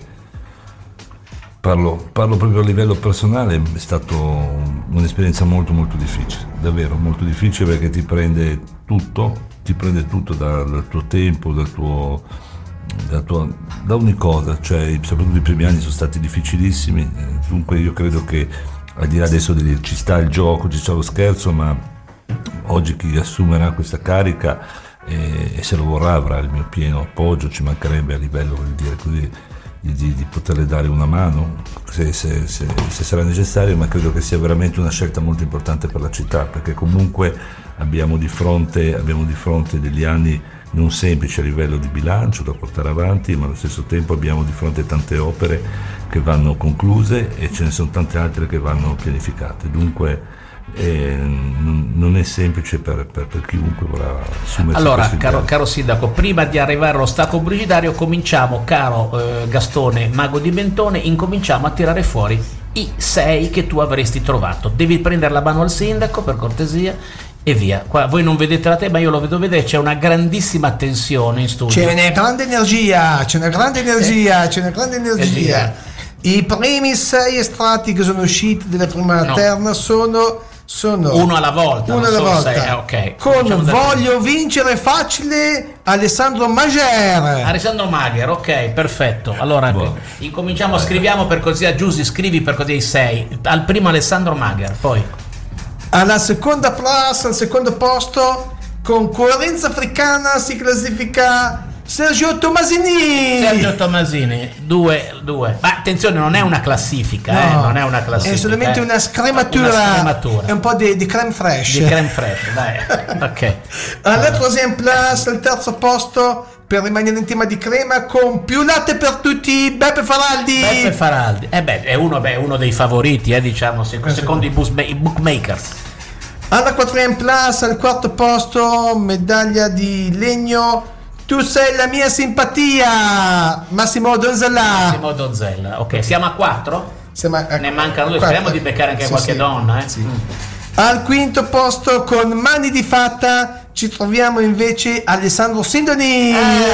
parlo, parlo proprio a livello personale, è stata un'esperienza molto molto difficile, davvero molto difficile, perché ti prende tutto, ti prende tutto da- dal tuo tempo, dal tuo... Da, tua, da ogni cosa, cioè soprattutto i primi anni sono stati difficilissimi, eh, dunque io credo che al di là adesso di, ci sta il gioco, ci sta lo scherzo, ma oggi chi assumerà questa carica eh, e se lo vorrà avrà il mio pieno appoggio, ci mancherebbe a livello, vuol dire così, di, di, di poterle dare una mano se, se, se, se sarà necessario, ma credo che sia veramente una scelta molto importante per la città, perché comunque abbiamo di fronte, abbiamo di fronte degli anni non semplici a livello di bilancio da portare avanti, ma allo stesso tempo abbiamo di fronte tante opere che vanno concluse e ce ne sono tante altre che vanno pianificate, dunque eh, non, non è semplice per, per, per chiunque vorrà assumersi Allora, questo caro, incarico. caro sindaco, prima di arrivare allo stacco pubblicitario, cominciamo, caro eh, Gastone, mago di Bentone, incominciamo a tirare fuori i sei che tu avresti trovato. Devi prendere la mano al sindaco, per cortesia, e via. Qua voi non vedete la te, ma io lo vedo vedere, c'è una grandissima tensione in studio. C'è una grande energia, c'è una grande energia, c'è una grande energia. I primi sei estratti che sono usciti dalla prima No. terna sono, sono Uno alla volta, uno non alla sono volta. sei, eh, ok. Con Cominciamo da- Voglio vincere facile, Alessandro Mager. Alessandro Magher, ok, perfetto. Allora Buono. incominciamo, scriviamo per così a Giusy, scrivi per così i sei. Al primo Alessandro Magher, poi Alla seconda place, al secondo posto, con coerenza africana si classifica Sergio Tomasini. Sergio Tomasini, due, due. Ma attenzione, non è una classifica, eh, No, non è una classifica. è solamente eh. una scrematura, Una scrematura. è un po' di, di creme fresh. Di creme fresh, dai. Ok. Alla troisième place, al terzo posto, per rimanere in tema di crema, con più latte per tutti, Beppe Faraldi. Beppe Faraldi. Eh beh, è uno, beh, è uno dei favoriti, eh, diciamo, sec- secondo i, bus- i bookmakers. Alla quatrième place, al quarto posto, medaglia di legno, tu sei la mia simpatia, Massimo Donzella. Massimo Donzella. Ok, siamo a quattro? Siamo a- Ne mancano due, quattro. speriamo di beccare anche Sì, qualche sì. donna, eh. Sì. Al quinto posto, con mani di fatta, ci troviamo invece Alessandro Sindoni.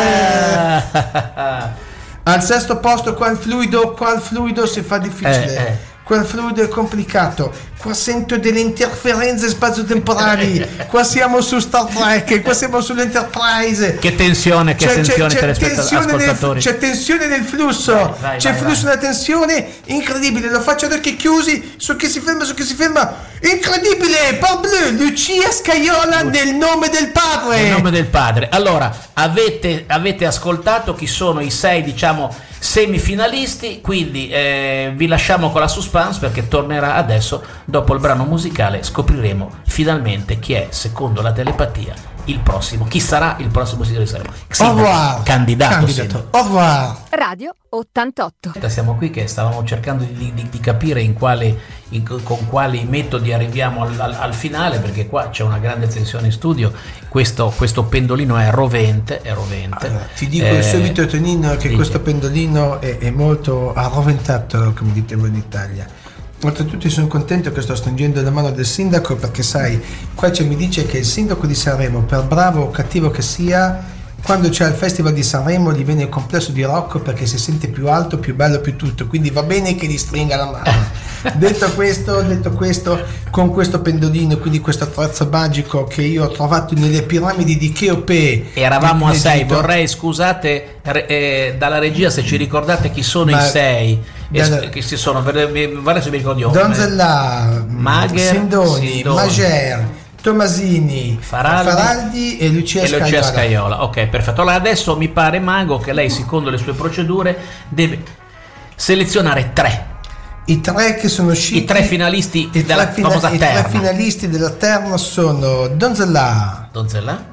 Ah. Al sesto posto, qua il fluido, qua il fluido si fa difficile. Eh, eh. Qua il fluido è complicato. Qua sento delle interferenze spazio-temporali. Qua siamo su Star Trek, qua siamo sull'Enterprise. Che tensione, che C'è, c'è, tensione, c'è, telespetta- tensione nel, ascoltatori. c'è tensione nel flusso, Vai, vai, c'è vai, flusso vai. della tensione incredibile. Lo faccio ad occhi chiusi, su che si ferma, su che si ferma. Incredibile! Parbleu, Lucia Scaiola nel nome del padre. Nel nome del padre. Allora, avete, avete ascoltato chi sono i sei, diciamo, semifinalisti, quindi eh, vi lasciamo con la suspense, perché tornerà adesso, dopo il brano musicale, scopriremo finalmente chi è, secondo la telepatia, il prossimo, chi sarà il prossimo sindaco di Salerno. Au Sindaco, revoir. candidato, Candidato. sindaco. Au revoir. Radio ottantotto. Siamo qui che stavamo cercando di, di- di capire in quale, in- con quali metodi arriviamo al, al- al finale, perché qua c'è una grande tensione in studio. Questo, questo pendolino è rovente, è rovente. Allora, ti dico Eh, subito, Tonino, che dice. questo pendolino è, è molto arroventato, come dite voi in Italia. oltretutto sono contento che sto stringendo la mano del sindaco, perché sai, qua c'è, mi dice che il sindaco di Sanremo, per bravo o cattivo che sia, quando c'è il festival di Sanremo gli viene il complesso di Rocco perché si sente più alto, più bello, più tutto, quindi va bene che gli stringa la mano. detto questo, detto questo, con questo pendolino, quindi questo attrezzo magico che io ho trovato nelle piramidi di Cheope, eravamo a sei, vorrei, scusate, eh, dalla regia, se ci ricordate chi sono Ma, i sei dalla, che si sono, guarda se mi ricordo io, Donzella, Magher, Sindoni, Sindoni, Mager, Tomasini, Faraldi, Faraldi e Lucia, e Scaiola. Lucia Scaiola. Ok, perfetto. Allora adesso mi pare, Mago, che lei, secondo le sue procedure, deve selezionare tre. I tre che sono usciti, i tre finalisti i della tre fina- famosa i terna. tre finalisti della terna sono Donzella, Donzella,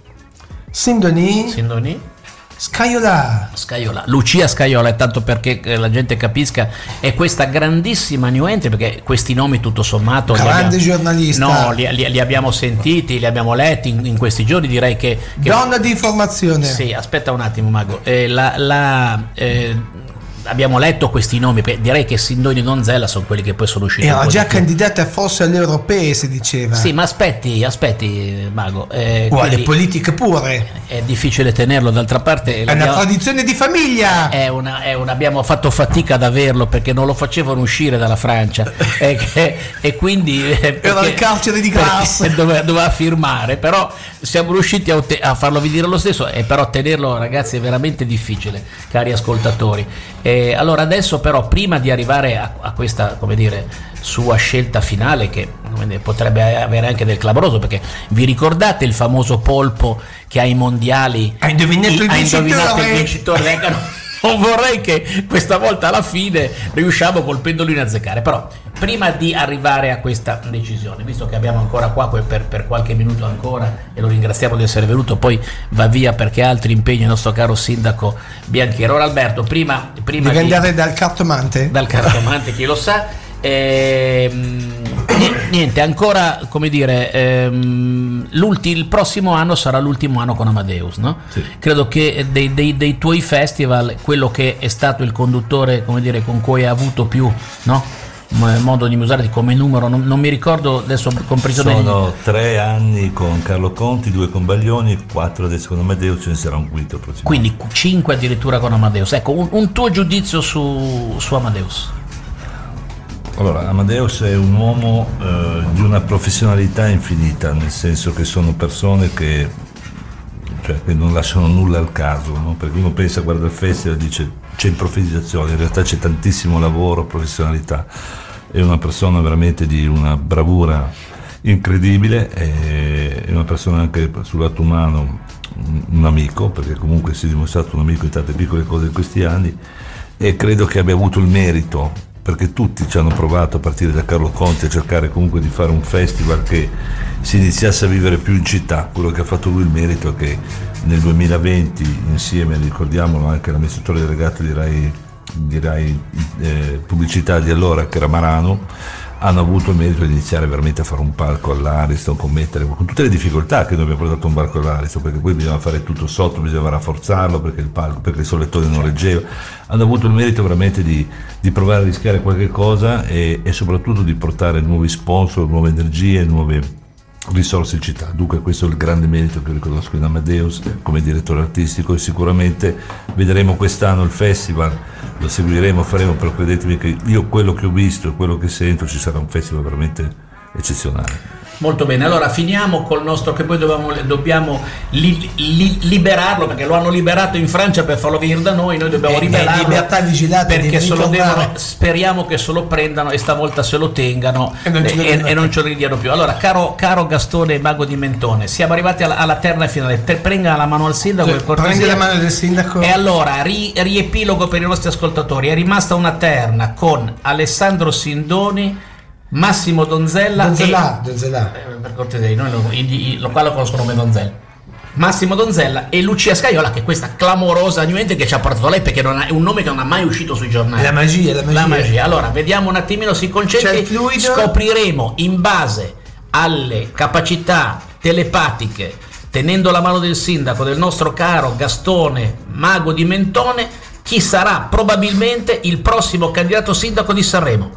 Sindoni, Sindoni, Scaiola. Scaiola, Lucia Scaiola, e tanto perché la gente capisca, è questa grandissima new entry, perché questi nomi tutto sommato grande li abbiamo, giornalista, no, li, li, li abbiamo sentiti, li abbiamo letti in, in questi giorni, direi che, che donna di informazione. Sì, aspetta un attimo, Mago, eh, la, la eh, abbiamo letto questi nomi, direi che Sindoni e Donzella sono quelli che poi sono usciti. Era già candidata forse alle europee, si diceva. Sì, ma aspetti, aspetti, Mago. Eh, oh, le politiche pure. È difficile tenerlo, d'altra parte. È una tradizione di famiglia. È una, è una, abbiamo fatto fatica ad averlo perché non lo facevano uscire dalla Francia e, che, e quindi. Perché, era il carcere di Grasse. Doveva, doveva firmare, però siamo riusciti a, a farlo vedere lo stesso, e però tenerlo, ragazzi, è veramente difficile, cari ascoltatori. Eh, allora adesso però, prima di arrivare a, a questa, come dire, sua scelta finale, che come dire, potrebbe avere anche del clamoroso, perché vi ricordate il famoso polpo che ai mondiali ha indovinato il ha vincitore, indovinato il vincitore? Ecco, non vorrei che questa volta alla fine riusciamo col pendolino a azzeccare, però prima di arrivare a questa decisione, visto che abbiamo ancora qua per, per qualche minuto ancora, e lo ringraziamo di essere venuto, poi va via perché ha altri impegni il nostro caro sindaco Bianchieri. Ora Alberto, prima, prima devi di, andare dal cartomante? Dal cartomante, chi lo sa. Ehm, niente, ancora, come dire, ehm, il prossimo anno sarà l'ultimo anno con Amadeus, no? Sì. Credo che dei, dei, dei tuoi festival, quello che è stato il conduttore, come dire, con cui hai avuto più, no? modo di usare come numero, non, non mi ricordo adesso, compreso sono degli... tre anni con Carlo Conti, due con Baglioni, quattro adesso con Amadeus, ce ne sarà un quinto prossimo, quindi cinque addirittura con Amadeus. Ecco, un, un tuo giudizio su, su Amadeus. Allora, Amadeus è un uomo eh, di una professionalità infinita, nel senso che sono persone che, cioè, che non lasciano nulla al caso, no? Perché uno pensa, guarda il festival e dice c'è improvvisazione, in realtà c'è tantissimo lavoro, professionalità. È una persona veramente di una bravura incredibile, è una persona anche sul lato umano un amico, perché comunque si è dimostrato un amico in tante piccole cose in questi anni, e credo che abbia avuto il merito, perché tutti ci hanno provato a partire da Carlo Conti a cercare comunque di fare un festival che si iniziasse a vivere più in città. Quello che ha fatto lui, il merito è che nel duemilaventi, insieme, ricordiamolo, anche l'amministratore delegato di Rai, di Rai eh, Pubblicità di allora, che era Marano, hanno avuto il merito di iniziare veramente a fare un palco all'Ariston, con, mettere, con tutte le difficoltà che noi abbiamo portato un palco all'Ariston, perché poi bisognava fare tutto sotto, bisognava rafforzarlo perché il palco, perché il sollettone non reggeva. Hanno avuto il merito veramente di, di provare a rischiare qualche cosa e, e soprattutto di portare nuovi sponsor, nuove energie, nuove risorse in città. Dunque questo è il grande merito che riconosco in Amadeus come direttore artistico, e sicuramente vedremo quest'anno il festival, lo seguiremo, faremo, però credetemi che io quello che ho visto e quello che sento, ci sarà un festival veramente eccezionale. Molto bene, allora finiamo col nostro, che poi dobbiamo, dobbiamo li, li, liberarlo, perché lo hanno liberato in Francia per farlo venire da noi, noi dobbiamo eh, liberarlo, libertà vigilata, perché se lo devono, speriamo che se lo prendano e stavolta se lo tengano e non, e, e, e non ce lo ridiano più. Allora, caro, caro Gastone Mago di Mentone, siamo arrivati alla, alla terna finale. Te, prenda la mano al sindaco, sì, prendi la mano del sindaco. E allora ri, riepilogo per i nostri ascoltatori: è rimasta una terna con Alessandro Sindoni, Massimo Donzella, Donzella, e, Donzella. Eh, per cortesia, noi lo, lo, qua lo conoscono come Donzella, Massimo Donzella e Lucia Scaiola, che è questa clamorosa new entry che ci ha portato lei, perché non ha, è un nome che non ha mai uscito sui giornali. La magia, la magia. La magia. Allora, vediamo un attimino, si concentri, scopriremo in base alle capacità telepatiche, tenendo la mano del sindaco, del nostro caro Gastone Mago di Mentone, chi sarà probabilmente il prossimo candidato sindaco di Sanremo.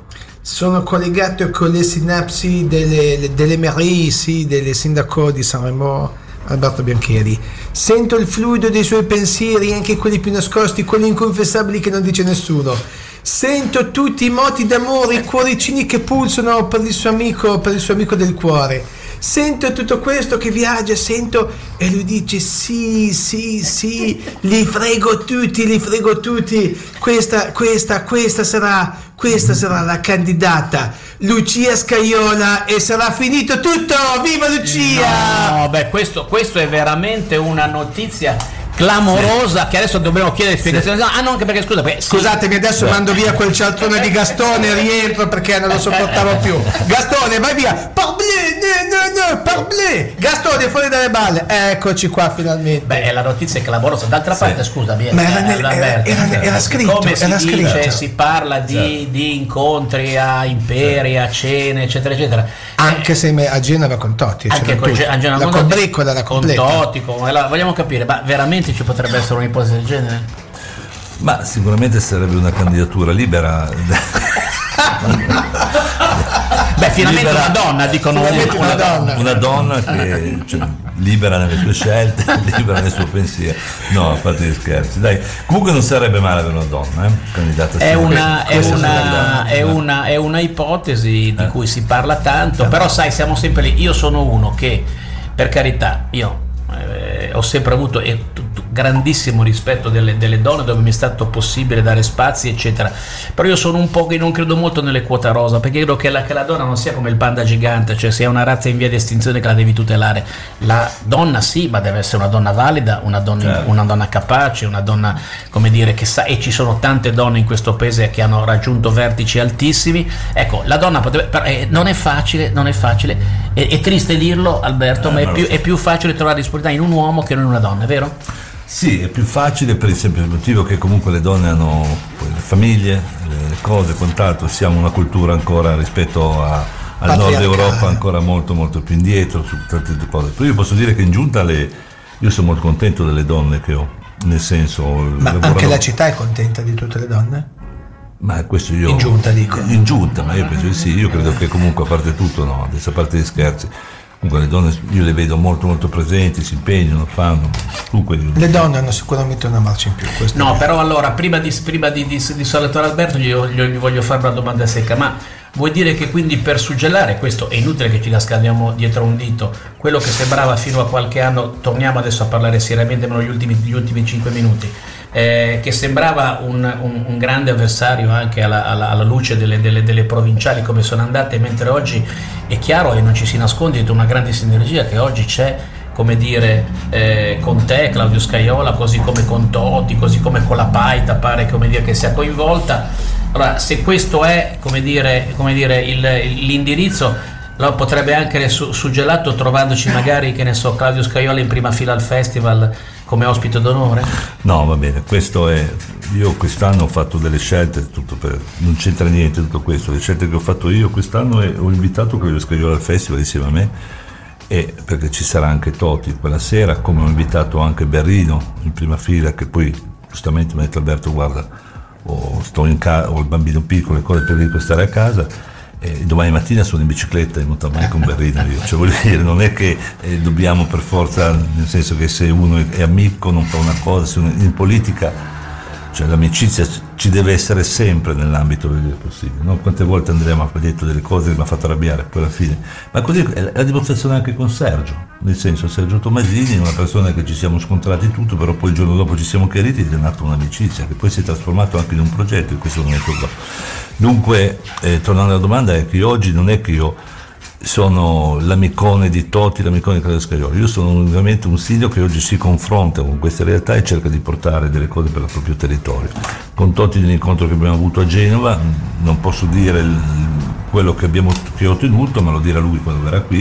sono collegato con le sinapsi delle, delle M R I, sì, del sindaco di Sanremo Alberto Biancheri. Sento il fluido dei suoi pensieri, anche quelli più nascosti, quelli inconfessabili che non dice nessuno. Sento tutti i moti d'amore, i cuoricini che pulsano per il suo amico, per il suo amico del cuore. Sento tutto questo che viaggia, sento, e lui dice sì, sì, sì, li frego tutti, li frego tutti. Questa, questa, questa sarà, questa sarà la candidata, Lucia Scaiola, e sarà finito tutto. Viva Lucia! No, beh, questo, questo è veramente una notizia clamorosa, sì, che adesso dobbiamo chiedere spiegazioni. Sì. Ah no, anche perché scusa, perché, scusatemi, adesso sì, mando via quel cialtrone di Gastone, rientro perché non lo sopportavo più. Gastone, vai via. Parbleu, no, no, no, parbleu. Gastone, fuori dalle balle. Eccoci qua finalmente. Beh, è la notizia clamorosa. D'altra sì, parte, scusami, ma era, nel, era, era, era scritto, come si era dice, scritto. Si parla di, sì, di incontri a imperi, sì, a cene, eccetera, eccetera. Anche eh, se a Genova con Totti, anche con Ge- a Genova la combricola, la completa. Con Totti, con, la, vogliamo capire, ma veramente ci potrebbe essere un'ipotesi del genere? Ma sicuramente sarebbe una candidatura libera. Beh, finalmente libera, una donna, dicono una, una, una donna. Una donna che, cioè, libera nelle sue scelte, libera nel suo pensiero. No, a parte gli scherzi. Dai, comunque non sarebbe male avere una donna, eh? Candidata. È una, è, una, è, una, è una ipotesi di eh. cui si parla tanto, eh. però sai, siamo sempre lì. Io sono uno che, per carità, io eh, ho sempre avuto eh, t- t- grandissimo rispetto delle, delle donne, dove mi è stato possibile dare spazi, eccetera. Però io sono un po' che non credo molto nelle quote rosa, perché credo che la, che la donna non sia come il panda gigante, cioè sia una razza in via di estinzione che la devi tutelare. La donna sì, ma deve essere una donna valida, una donna, certo, una donna capace, una donna, come dire, che sa, e ci sono tante donne in questo paese che hanno raggiunto vertici altissimi. Ecco, la donna potrebbe, però, eh, non è facile, non è facile, è, è triste dirlo, Alberto, eh, ma è più, è più facile trovare disponibilità in un uomo che non in una donna, è vero? Sì, è più facile per il semplice motivo che comunque le donne hanno poi le famiglie, le cose, quant'altro. Siamo una cultura ancora rispetto a, al nord Europa ancora molto molto più indietro su tante cose. Però io posso dire che in giunta le, io sono molto contento delle donne che ho, nel senso. Ma lavorano... anche la città è contenta di tutte le donne? Ma questo io. In giunta dico. In giunta, ma io penso di sì, io credo che comunque a parte tutto no, adesso a parte gli scherzi. Comunque le donne io le vedo molto molto presenti, si impegnano, fanno. Comunque, le donne hanno sicuramente una marcia in più. No, però allora prima di, prima di, di, di salutare Alberto gli, gli, gli voglio fare una domanda secca. Ma vuoi dire che quindi per suggellare, questo è inutile che ci nascondiamo dietro un dito, quello che sembrava fino a qualche anno, torniamo adesso a parlare seriamente, ma gli ultimi, gli ultimi cinque minuti, eh, che sembrava un, un, un grande avversario anche alla, alla, alla luce delle, delle, delle provinciali come sono andate, mentre oggi è chiaro e non ci si nasconde dietro una grande sinergia che oggi c'è, come dire, eh, con te Claudio Scaiola, così come con Totti, così come con la Paita pare, come dire, che sia coinvolta. Allora, se questo è, come dire, come dire il, l'indirizzo, lo potrebbe anche essere su, suggelato trovandoci magari, che ne so, Claudio Scaiola in prima fila al festival come ospite d'onore? No, va bene, questo è, io quest'anno ho fatto delle scelte, tutto per, non c'entra niente tutto questo, le scelte che ho fatto io quest'anno è, ho invitato Claudio Scaiola al festival insieme a me, e perché ci sarà anche Totti quella sera, come ho invitato anche Berrino in prima fila, che poi giustamente mi ha detto Alberto guarda, o sto in casa, ho il bambino piccolo, le cose per rico stare a casa. E domani mattina sono in bicicletta in mountain bike con Berrino io, cioè voglio dire, non è che eh, dobbiamo per forza, nel senso che se uno è amico non fa una cosa, se uno, in politica, cioè l'amicizia ci deve essere sempre nell'ambito del possibile, no? Quante volte Andrea mi ha detto delle cose che mi ha fatto arrabbiare poi alla fine, ma così è la dimostrazione anche con Sergio, nel senso Sergio Tomasini è una persona che ci siamo scontrati tutto, però poi il giorno dopo ci siamo chiariti ed è nata un'amicizia che poi si è trasformato anche in un progetto in questo momento qua. Dunque, eh, tornando alla domanda, è che oggi non è che io sono l'amicone di Totti, l'amicone di Claudio Scaiola, io sono veramente un sindaco che oggi si confronta con queste realtà e cerca di portare delle cose per il proprio territorio. Con Totti nell'incontro che abbiamo avuto a Genova, non posso dire il, quello che, abbiamo, che ho ottenuto, ma lo dirà lui quando verrà qui,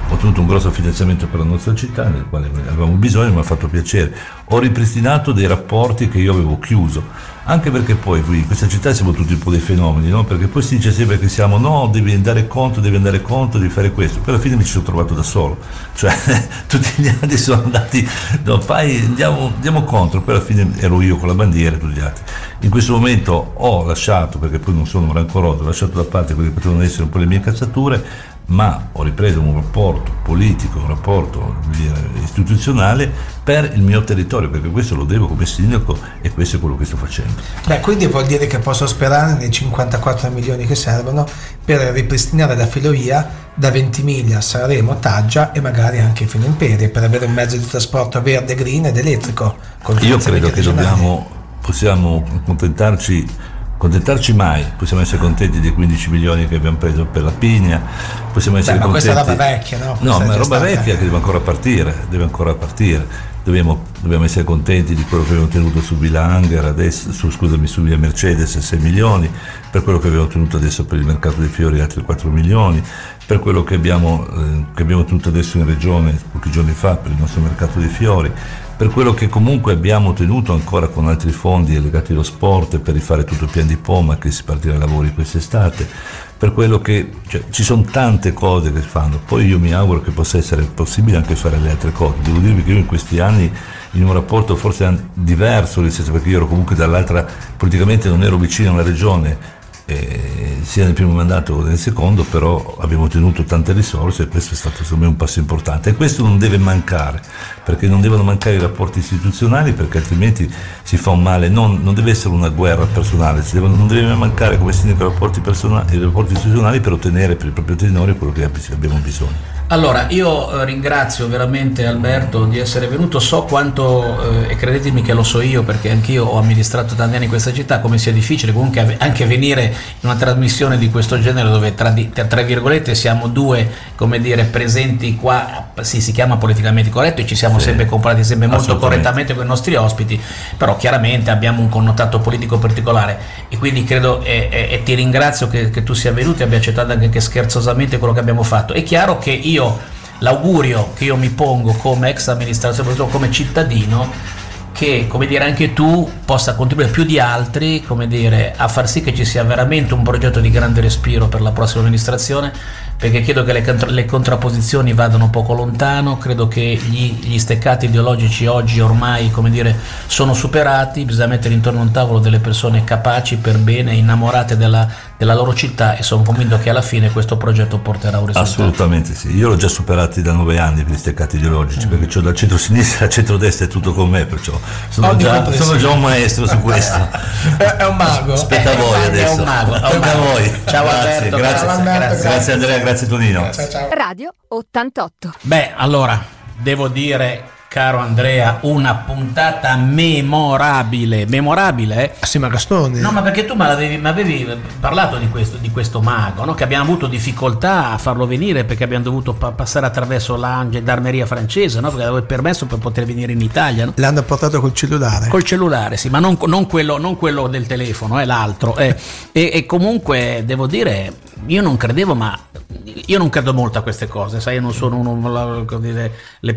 ho ottenuto un grosso finanziamento per la nostra città, nel quale avevamo bisogno, mi ha fatto piacere. Ho ripristinato dei rapporti che io avevo chiuso, anche perché poi qui in questa città siamo tutti un po' dei fenomeni, no? Perché poi si dice sempre che siamo, no, devi andare conto, devi andare conto, devi fare questo, poi alla fine mi ci sono trovato da solo, cioè tutti gli altri sono andati, no, fai, andiamo, andiamo contro, poi alla fine ero io con la bandiera e tutti gli altri. In questo momento ho lasciato, perché poi non sono rancoroso, ho lasciato da parte quelle che potevano essere un po' le mie cazzature, ma ho ripreso un rapporto politico, un rapporto dire, istituzionale per il mio territorio, perché questo lo devo come sindaco e questo è quello che sto facendo. Beh, quindi vuol dire che posso sperare nei cinquantaquattro milioni che servono per ripristinare la filovia da Ventimiglia, Sanremo, Taggia e magari anche fino in Imperia, per avere un mezzo di trasporto verde, green ed elettrico. Io credo che dobbiamo, possiamo accontentarci Contentarci mai, possiamo essere contenti dei quindici milioni che abbiamo preso per la Pigna, possiamo essere Beh, ma contenti. Questa è roba vecchia, no? No, ma è roba stata... vecchia che deve ancora partire, deve ancora partire. Dobbiamo, dobbiamo essere contenti di quello che abbiamo ottenuto su Villa Hanger, adesso, su, scusami, su Via Mercedes sei milioni, per quello che abbiamo ottenuto adesso per il mercato dei fiori altri quattro milioni, per quello che abbiamo, eh, che abbiamo ottenuto adesso in regione pochi giorni fa per il nostro mercato dei fiori, per quello che comunque abbiamo ottenuto ancora con altri fondi legati allo sport per rifare tutto il piano di Poma che si partirà ai lavori quest'estate, per quello che cioè, ci sono tante cose che si fanno, poi io mi auguro che possa essere possibile anche fare le altre cose. Devo dirvi che io in questi anni in un rapporto forse diverso, nel senso perché io ero comunque dall'altra, politicamente non ero vicino alla regione, eh, sia nel primo mandato che nel secondo, però abbiamo ottenuto tante risorse e questo è stato secondo me un passo importante e questo non deve mancare, perché non devono mancare i rapporti istituzionali, perché altrimenti si fa un male, non, non deve essere una guerra personale, si devono, non deve mancare come sindaco i rapporti, personali, i rapporti istituzionali per ottenere per il proprio territorio quello che abbiamo bisogno. Allora, io ringrazio veramente Alberto di essere venuto, so quanto, eh, e credetemi che lo so io perché anch'io ho amministrato tanti anni in questa città, come sia difficile comunque anche venire in una trasmissione di questo genere dove tra, tra, tra virgolette siamo due, come dire, presenti qua, sì, si chiama politicamente corretto e ci siamo sì, sempre comportati sempre molto correttamente con i nostri ospiti, però chiaramente abbiamo un connotato politico particolare e quindi credo e, e, e ti ringrazio che, che tu sia venuto e abbia accettato anche che scherzosamente quello che abbiamo fatto. È chiaro che io l'augurio che io mi pongo come ex amministratore, come cittadino, che come dire anche tu possa contribuire più di altri, come dire, a far sì che ci sia veramente un progetto di grande respiro per la prossima amministrazione, perché credo che le, le contrapposizioni vadano poco lontano, credo che gli, gli steccati ideologici oggi ormai, come dire, sono superati, bisogna mettere intorno a un tavolo delle persone capaci, per bene, innamorate della, della loro città e sono convinto che alla fine questo progetto porterà un risultato. Assolutamente sì, io l'ho già superati da nove anni per gli steccati ideologici, mm. perché ho dal centro-sinistra al centro-destra è tutto con me, perciò sono, già, sono già un maestro su questo. È un mago. Aspetta a voi adesso. È un mago. Aspetta a voi. Ciao grazie, Alberto, grazie, grazie, grazie, grazie. grazie Andrea, grazie Tonino. Ciao, ciao. Radio ottantotto. Beh, allora, devo dire, caro Andrea, una puntata memorabile. Memorabile, eh? Sì, ma Gastone. No, ma perché tu mi avevi, avevi parlato di questo, di questo mago, no? Che abbiamo avuto difficoltà a farlo venire perché abbiamo dovuto pa- passare attraverso la gendarmeria francese, no? Perché aveva il permesso per poter venire in Italia, no? L'hanno portato col cellulare. Col cellulare, sì, ma non, non, quello, non quello del telefono, è l'altro. Eh. e, e comunque, devo dire, io non credevo, ma io non credo molto a queste cose, sai, io non sono uno, la, dire, le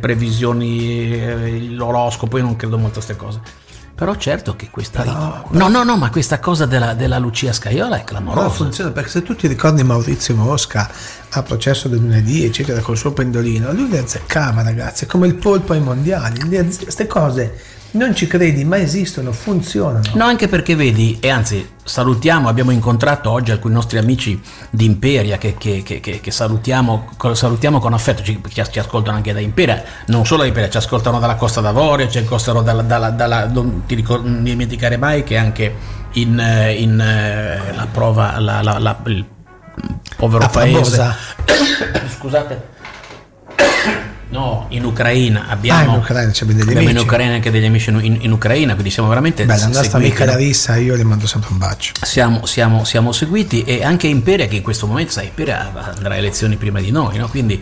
previsioni, l'oroscopo, io non credo molto a queste cose. Però certo che questa no, no no no ma questa cosa della, della Lucia Scaiola è clamorosa. No, funziona, perché se tu ti ricordi Maurizio Mosca al processo del lunedì eccetera col suo pendolino, lui le azzeccava, ragazzi, è come il polpo ai mondiali, queste cose non ci credi, ma esistono, funzionano. No, anche perché vedi, e anzi salutiamo, abbiamo incontrato oggi alcuni nostri amici di Imperia che, che, che, che salutiamo, salutiamo con affetto, ci, ci ascoltano anche da Imperia, non solo da Imperia, ci ascoltano dalla Costa d'Avorio, ci ascoltano dalla, dalla, dalla non ti ricordo, non dimenticare mai che anche in, in la prova, la, la, la, il povero la paese, scusate, no, in Ucraina abbiamo, ah, in Ucraina c'è degli abbiamo amici. in Ucraina anche degli amici in, in Ucraina, quindi siamo veramente beh, la nostra seguiti, amica no? Larissa, io le mando sempre un bacio. Siamo, siamo, siamo seguiti, e anche Imperia, che in questo momento sai, Imperia andrà a elezioni prima di noi, no? Quindi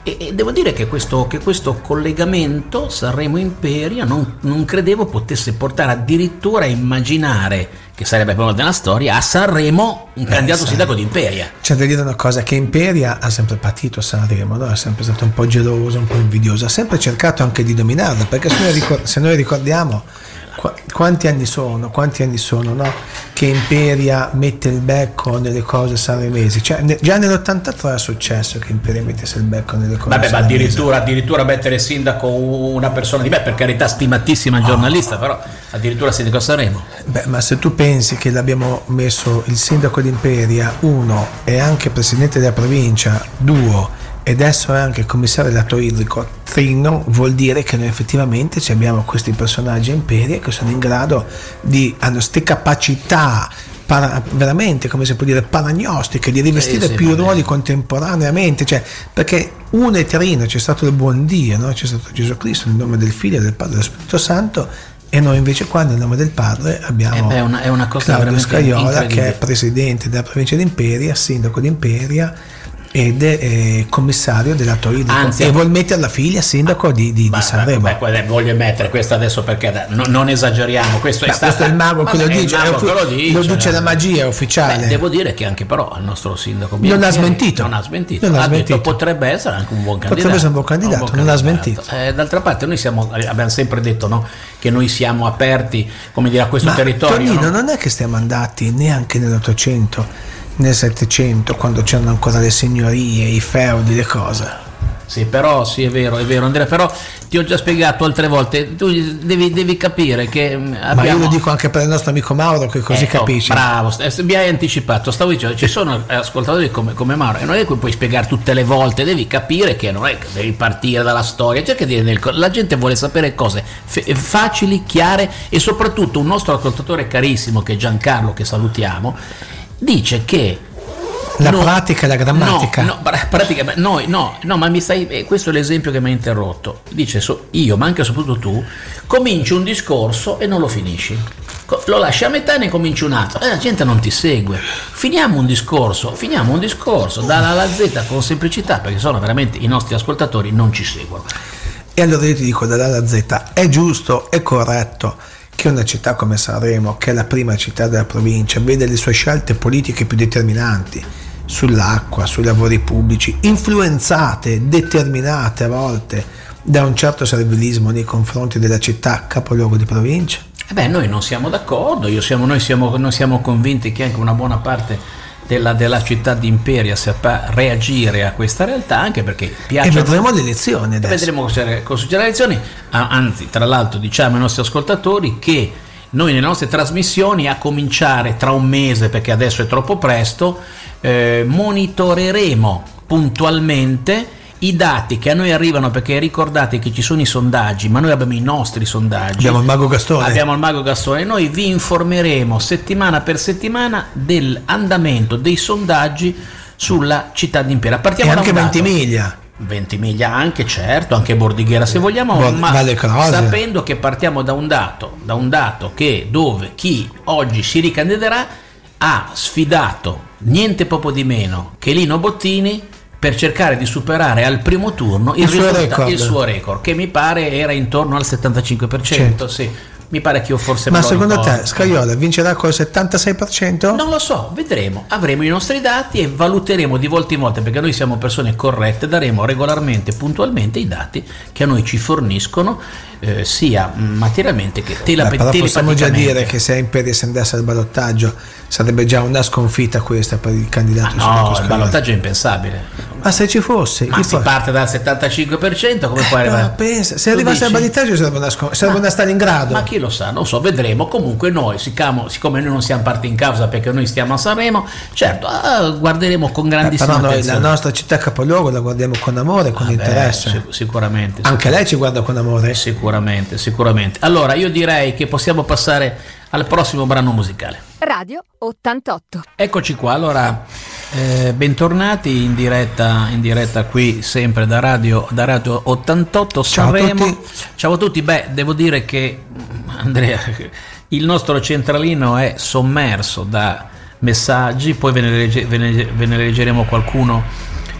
E, e devo dire che questo, che questo collegamento Sanremo-Imperia non, non credevo potesse portare addirittura a immaginare, che sarebbe prima nella storia, a Sanremo un Beh, candidato sai, sindaco di Imperia. C'è da dire una cosa, che Imperia ha sempre patito a Sanremo, no? È sempre stato un po' geloso, un po' invidioso, ha sempre cercato anche di dominarla, perché se noi, ricor- se noi ricordiamo qu- quanti anni sono, quanti anni sono, no? Che Imperia mette il becco nelle cose sanremesi, cioè ne- già nell'ottantatré è successo che Imperia mettesse il becco nelle cose Vabbè, sanremesi. ma addirittura, addirittura mettere sindaco una persona di me, per carità stimatissima oh. giornalista, però addirittura sindaco a Sanremo. Beh, ma se tu pensi che l'abbiamo messo il sindaco di Imperia, uno, è anche presidente della provincia, due, e adesso è anche commissario dell'atto idrico, trino, vuol dire che noi effettivamente abbiamo questi personaggi a Imperia che sono in grado di, hanno queste capacità para, veramente, come si può dire, paragnostiche, di rivestire sì, sì, più ruoli contemporaneamente, cioè, perché uno è trino, c'è stato il buon Dio, no? C'è stato Gesù Cristo nel nome del Figlio, del Padre e dello Spirito Santo, e noi invece qua nel nome del Padre abbiamo eh beh, è una, è una cosa Claudio Scajola, che è presidente della provincia di Imperia, sindaco di Imperia ed è eh, commissario dell'atto idrico. Anzi, e vuol mettere la figlia sindaco di, di, beh, di Sanremo. Beh, beh, voglio mettere questo adesso perché no, non esageriamo, questo, beh, è, stato, questo è il mago che lo dice, è uffi- lo dice, lo dice la magia, è ufficiale. Beh, devo dire che anche però il nostro sindaco non ha smentito, non ha smentito, non ha ha smentito. detto potrebbe essere anche un buon candidato, potrebbe essere un buon candidato, un buon non candidato. ha smentito. Eh, d'altra parte noi siamo, abbiamo sempre detto, no, che noi siamo aperti, come dire, a questo Ma territorio. Tonino, no? non è che stiamo andati neanche nell'Ottocento, nel Settecento, quando c'erano ancora le signorie, i feudi, le cose. Sì, però sì, è vero, è vero Andrea, però ti ho già spiegato altre volte, tu devi, devi capire che abbiamo... Ma io lo dico anche per il nostro amico Mauro, che così eh, capisci. Oh, bravo, mi hai anticipato, stavo dicendo, ci sono ascoltatori come, come Mauro, e non è che puoi spiegare tutte le volte, devi capire che non è che devi partire dalla storia, cerca di dire, la gente vuole sapere cose f- facili, chiare, e soprattutto un nostro ascoltatore carissimo, che è Giancarlo, che salutiamo, dice che la no, pratica e la grammatica. No, no, pratica, no, no, no, ma mi stai, questo è l'esempio che mi ha interrotto. Dice, so, io, ma anche soprattutto tu, cominci un discorso e non lo finisci. Lo lasci a metà e ne cominci un altro. E la gente non ti segue. Finiamo un discorso, finiamo un discorso dalla alla Z con semplicità, perché sono veramente i nostri ascoltatori non ci seguono. E allora io ti dico, dalla alla Z, è giusto, è corretto che una città come Sanremo, che è la prima città della provincia, vede le sue scelte politiche più determinanti sull'acqua, sui lavori pubblici, influenzate, determinate a volte da un certo servilismo nei confronti della città capoluogo di provincia? Eh beh, noi non siamo d'accordo, io siamo, noi, siamo, noi siamo convinti che anche una buona parte della, della città di Imperia saprà reagire a questa realtà, anche perché piace. E vedremo le elezioni adesso. Vedremo cosa succederà alle elezioni, anzi, tra l'altro diciamo ai nostri ascoltatori che noi nelle nostre trasmissioni, a cominciare tra un mese, perché adesso è troppo presto, eh, monitoreremo puntualmente i dati che a noi arrivano, perché ricordate che ci sono i sondaggi, ma noi abbiamo i nostri sondaggi, abbiamo il mago Gastone abbiamo il mago Gastone e noi vi informeremo settimana per settimana dell'andamento dei sondaggi sulla città di Imperia. Partiamo e da anche Ventimiglia Ventimiglia anche, certo, anche Bordighera se vogliamo, Bo- ma Valle Croce, sapendo che partiamo da un dato, da un dato che dove chi oggi si ricandiderà ha sfidato niente poco di meno che Lino Bottini per cercare di superare al primo turno il, il, suo, risulta- record. il suo record, che mi pare era intorno al settantacinque per cento, sì. Mi pare che io forse ma me lo secondo ricordo. te Scajola vincerà col settantasei per cento? Non lo so, vedremo, avremo i nostri dati e valuteremo di volta in volta, perché noi siamo persone corrette, daremo regolarmente, puntualmente i dati che a noi ci forniscono, eh, sia materialmente che tele- Beh, però possiamo già telepaticamente. dire che se Imperia si andasse al ballottaggio sarebbe già una sconfitta questa per il candidato. Ah, no, il ballottaggio è impensabile. Ma se ci fosse, ma si parte dal settantacinque per cento, come può arrivare? No, pensa, se arrivasse al ballottaggio sarebbe una, scon- sarebbe una Stalingrado. Ma chi lo sa, non so, vedremo. Comunque noi, siccome, siccome noi non siamo parte in causa perché noi stiamo a Sanremo, certo, ah, guarderemo con grandissima eh, però noi attenzione. la nostra città capoluogo la guardiamo con amore, con ah, interesse. Beh, sic- sicuramente. Anche lei ci guarda con amore? Sicuramente, sicuramente. Allora, io direi che possiamo passare al prossimo brano musicale. Radio ottantotto. Eccoci qua, allora eh, bentornati in diretta, in diretta qui sempre da Radio, da Radio ottantotto Sanremo. Ciao a tutti. Ciao a tutti, beh, devo dire che Andrea, il nostro centralino è sommerso da messaggi, poi ve ne, legge, ve ne, ve ne leggeremo qualcuno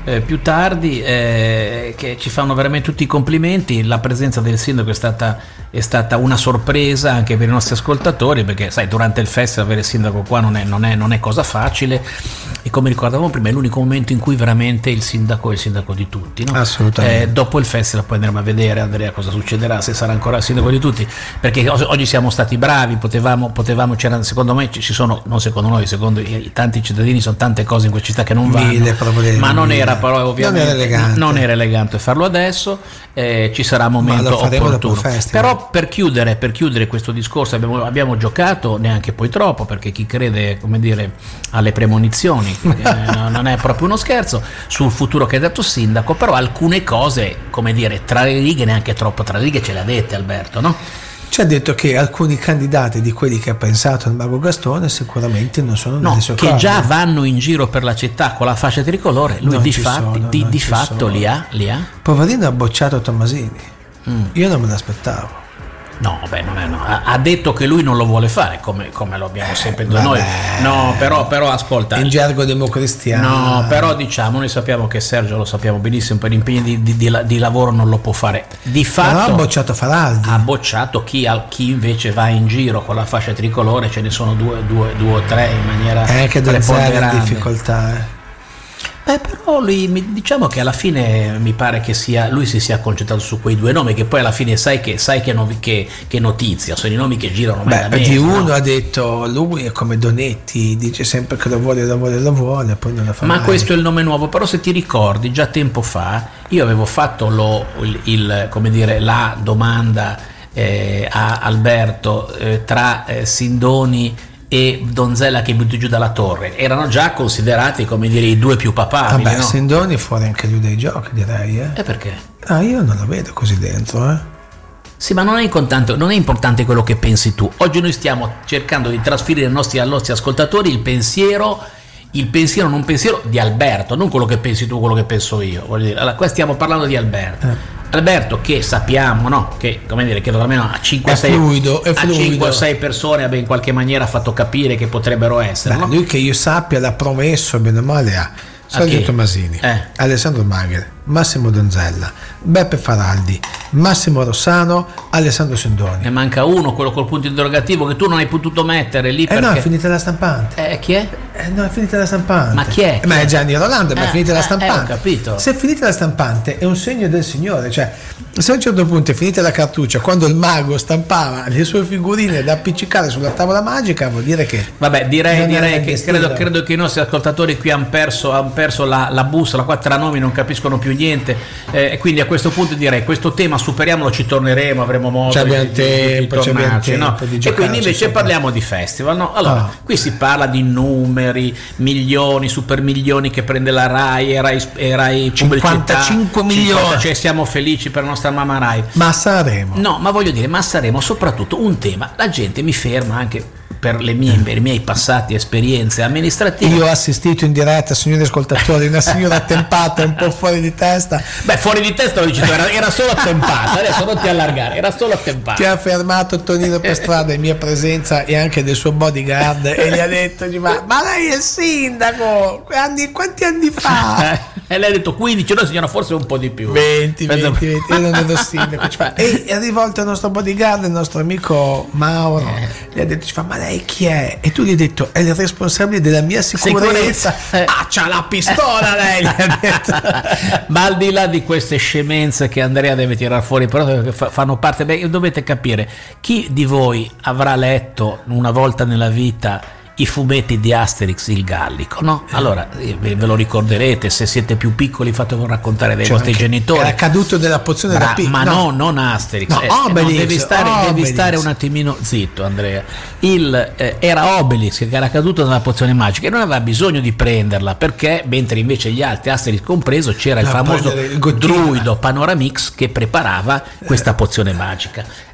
eh, più tardi, eh, che ci fanno veramente tutti i complimenti. La presenza del sindaco è stata, è stata una sorpresa anche per i nostri ascoltatori, perché sai, durante il festival avere il sindaco qua non è, non è, non è cosa facile, e come ricordavamo prima è l'unico momento in cui veramente il sindaco è il sindaco di tutti, no? Assolutamente. Eh, dopo il festival poi andremo a vedere, Andrea, cosa succederà, se sarà ancora il sindaco di tutti, perché oggi siamo stati bravi, potevamo, potevamo c'erano, secondo me ci sono, non secondo noi, secondo i, i tanti cittadini, sono tante cose in questa città che non Mille vanno, problemi, ma non mille. era però ovviamente non era elegante, non era elegante farlo adesso, eh, ci sarà un momento opportuno. Però per chiudere, per chiudere questo discorso abbiamo, abbiamo giocato neanche poi troppo, perché chi crede, come dire, alle premonizioni eh, non è proprio uno scherzo sul futuro che ha detto il sindaco, però alcune cose, come dire, tra le righe, neanche troppo tra le righe, ce le ha dette Alberto, no? Ci ha detto che alcuni candidati di quelli che ha pensato il mago Gastone sicuramente non sono no, nelle sue che corde. già vanno in giro per la città con la fascia tricolore, lui Non di, ci fatti, sono, di, non di ci fatto sono. li ha, li ha. Poverino ha bocciato Tomasini. Mm. Io non me l'aspettavo. No, beh, non è, no. Ha, ha detto che lui non lo vuole fare, come, come lo abbiamo sempre detto noi. No, però, però ascolta. In gergo democristiano. No, però diciamo, noi sappiamo che Sergio, lo sappiamo benissimo, per impegni di, di, di, di lavoro non lo può fare. Di fatto Però ha bocciato Faraldi. ha bocciato chi, chi invece va in giro con la fascia tricolore, ce ne sono due, due, due o tre in maniera È anche Donzelli in preponderante. difficoltà. Eh. Beh, però lui, mi- diciamo che alla fine mi pare che sia lui si sia concentrato su quei due nomi, che poi alla fine sai che, sai che, novi- che, che notizia, sono i nomi che girano mai da Beh, mesi, di uno no? ha detto lui è come Donetti, dice sempre che lo vuole, lo vuole, lo vuole, poi non lo fa Ma mai. questo è il nome nuovo. Però se ti ricordi, già tempo fa io avevo fatto lo, il, il- come dire, la domanda eh, a Alberto eh, tra eh, Sindoni e Donzella che butti giù dalla torre. Erano già considerati, come dire, i due più papabili, Vabbè, no? Sindoni è fuori anche lui dai giochi, direi. Eh? E perché? Ah, io non lo vedo così dentro, eh. Sì, ma non è importante, non è importante quello che pensi tu. Oggi noi stiamo cercando di trasferire ai nostri, ai nostri ascoltatori il pensiero, il pensiero non pensiero di Alberto, non quello che pensi tu, quello che penso io. Voglio dire, allora, qua stiamo parlando di Alberto. Eh. Alberto, che sappiamo, no? Che, come dire, che almeno a cinque È fluido, è fluido. o sei persone abbia in qualche maniera fatto capire che potrebbero essere. Beh, no? lui che io sappia l'ha promesso bene o male a Sergio chi? Tomasini, Eh. Alessandro Magher, Massimo Donzella, Beppe Faraldi, Massimo Rossano, Alessandro Sindoni. Ne manca uno, quello col punto interrogativo che tu non hai potuto mettere lì Eh perché... no, è finita la stampante. Eh, chi è? Eh no, è finita la stampante. Ma chi è? Eh, ma Chi è è? Gianni Rolando, ma Eh, è finita la eh, stampante. eh, ho capito. Se è finita la stampante è un segno del Signore, cioè se a un certo punto è finita la cartuccia, quando il mago stampava le sue figurine da appiccicare sulla tavola magica, vuol dire che Vabbè, direi, non era direi il che destino. credo, credo che i nostri ascoltatori qui hanno perso, han perso la, la bussola, qua tra nomi non capiscono più niente, eh, e quindi a questo punto direi questo tema superiamolo, ci torneremo, avremo modo C'è ben di, tempo, di c'è ben tornarci, tempo no? di E giocarci quindi invece sopra. parliamo di festival, no? Allora, Ah. qui si parla di numeri, milioni, super milioni che prende la Rai e Rai, e Rai cinquantacinque pubblicità, milioni. cinquanta, cioè siamo felici per la nostra mamma Rai. ma saremo. No, ma voglio dire, ma saremo soprattutto un tema, la gente mi ferma anche per le mie, per i miei passati esperienze amministrative. Io ho assistito in diretta, signori ascoltatori, una signora attempata un po' fuori di testa Beh, fuori di testa lo dici tu, era, era solo attempata, adesso non ti allargare, era solo attempata. che ha fermato Tonino per strada in mia presenza e anche del suo bodyguard e gli ha detto ma, ma lei è il sindaco anni, quanti anni fa? E lei ha detto quindici, no signora, forse un po' di più. venti, Penso- venti, venti, io non ero sindaco. Ci fa, e è rivolto al nostro bodyguard, il nostro amico Mauro, gli ha detto, ci fa, ma lei chi è? E tu gli hai detto, è il responsabile della mia sicurezza. Sicurezza. Eh. Ah, c'ha la pistola lei, gli ha detto. Ma al di là di queste scemenze che Andrea deve tirare fuori, però che fa- fanno parte, beh, dovete capire, chi di voi avrà letto una volta nella vita i fumetti di Asterix il Gallico, no? Allora eh, ve ve lo ricorderete, se siete più piccoli fatevelo raccontare dai Cioè, vostri che genitori. era caduto della pozione Bra- da P. ma no, non Asterix, No, eh, no, Obelix, devi stare, devi Obelix. stare un attimino zitto, Andrea. Il, eh, era Obelix che era caduto nella pozione magica e non aveva bisogno di prenderla, perché mentre invece gli altri, Asterix compreso, c'era il Da famoso prendere il gottino. druido Panoramix che preparava questa pozione magica.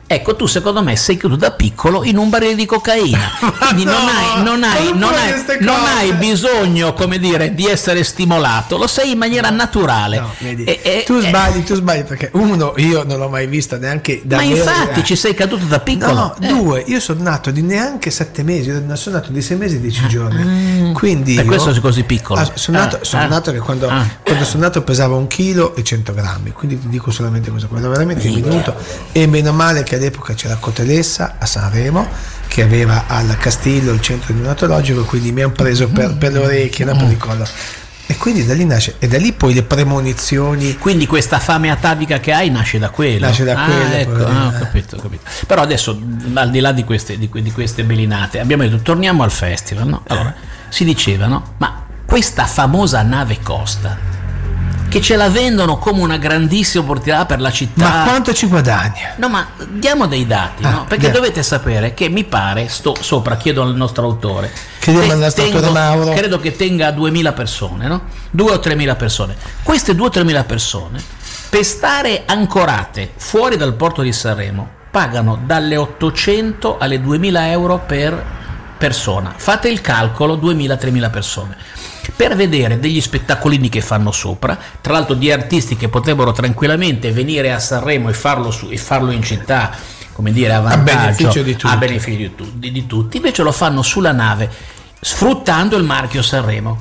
Ecco, tu secondo me sei chiuso da piccolo in un barile di cocaina, quindi no, non hai, non hai, non hai, non hai bisogno, come dire, di essere stimolato, lo sei in maniera naturale. No, vedi, e, e, tu sbagli, tu sbagli perché uno, io non l'ho mai vista neanche da ma infatti ci sei caduto da piccolo. No, eh. due, io sono nato di neanche sette mesi, io sono nato di sei mesi e dieci giorni. Mm. Quindi per io, questo sei così piccolo. Ah, sono nato, ah, sono ah, nato che quando, ah. quando sono nato pesava un chilo e cento grammi, quindi ti dico solamente questo, quello veramente Minchia. diminuito. E meno male che all'epoca c'era Cotelessa a Sanremo che aveva al Castillo il centro neonatologico, quindi mi hanno preso per, per le orecchie, no, per il collo. E quindi da lì nasce, e da lì poi le premonizioni. Quindi questa fame atavica che hai nasce da quello. Nasce da ah, quello, ecco, ah, ho capito, ho capito. Però adesso, al di là di queste, di, di queste belinate, abbiamo detto torniamo al festival, no? Allora, si diceva, no? Ma questa famosa nave Costa, che ce la vendono come una grandissima opportunità per la città. Ma quanto ci guadagna? No, ma diamo dei dati, ah, no? Perché yeah. dovete sapere che mi pare, sto sopra, chiedo al nostro autore, chiediamo al nostro autore Mauro, credo che tenga duemila persone, no? due o tremila persone. Queste due o tremila persone, per stare ancorate fuori dal porto di Sanremo, pagano dalle ottocento alle duemila euro per persona. Fate il calcolo, duemila tremila persone. Per vedere degli spettacolini che fanno sopra, tra l'altro di artisti che potrebbero tranquillamente venire a Sanremo e farlo, su, e farlo in città, come dire, a vantaggio, a beneficio di tutti, a beneficio di, tu, di, di tutti, invece lo fanno sulla nave, sfruttando il marchio Sanremo.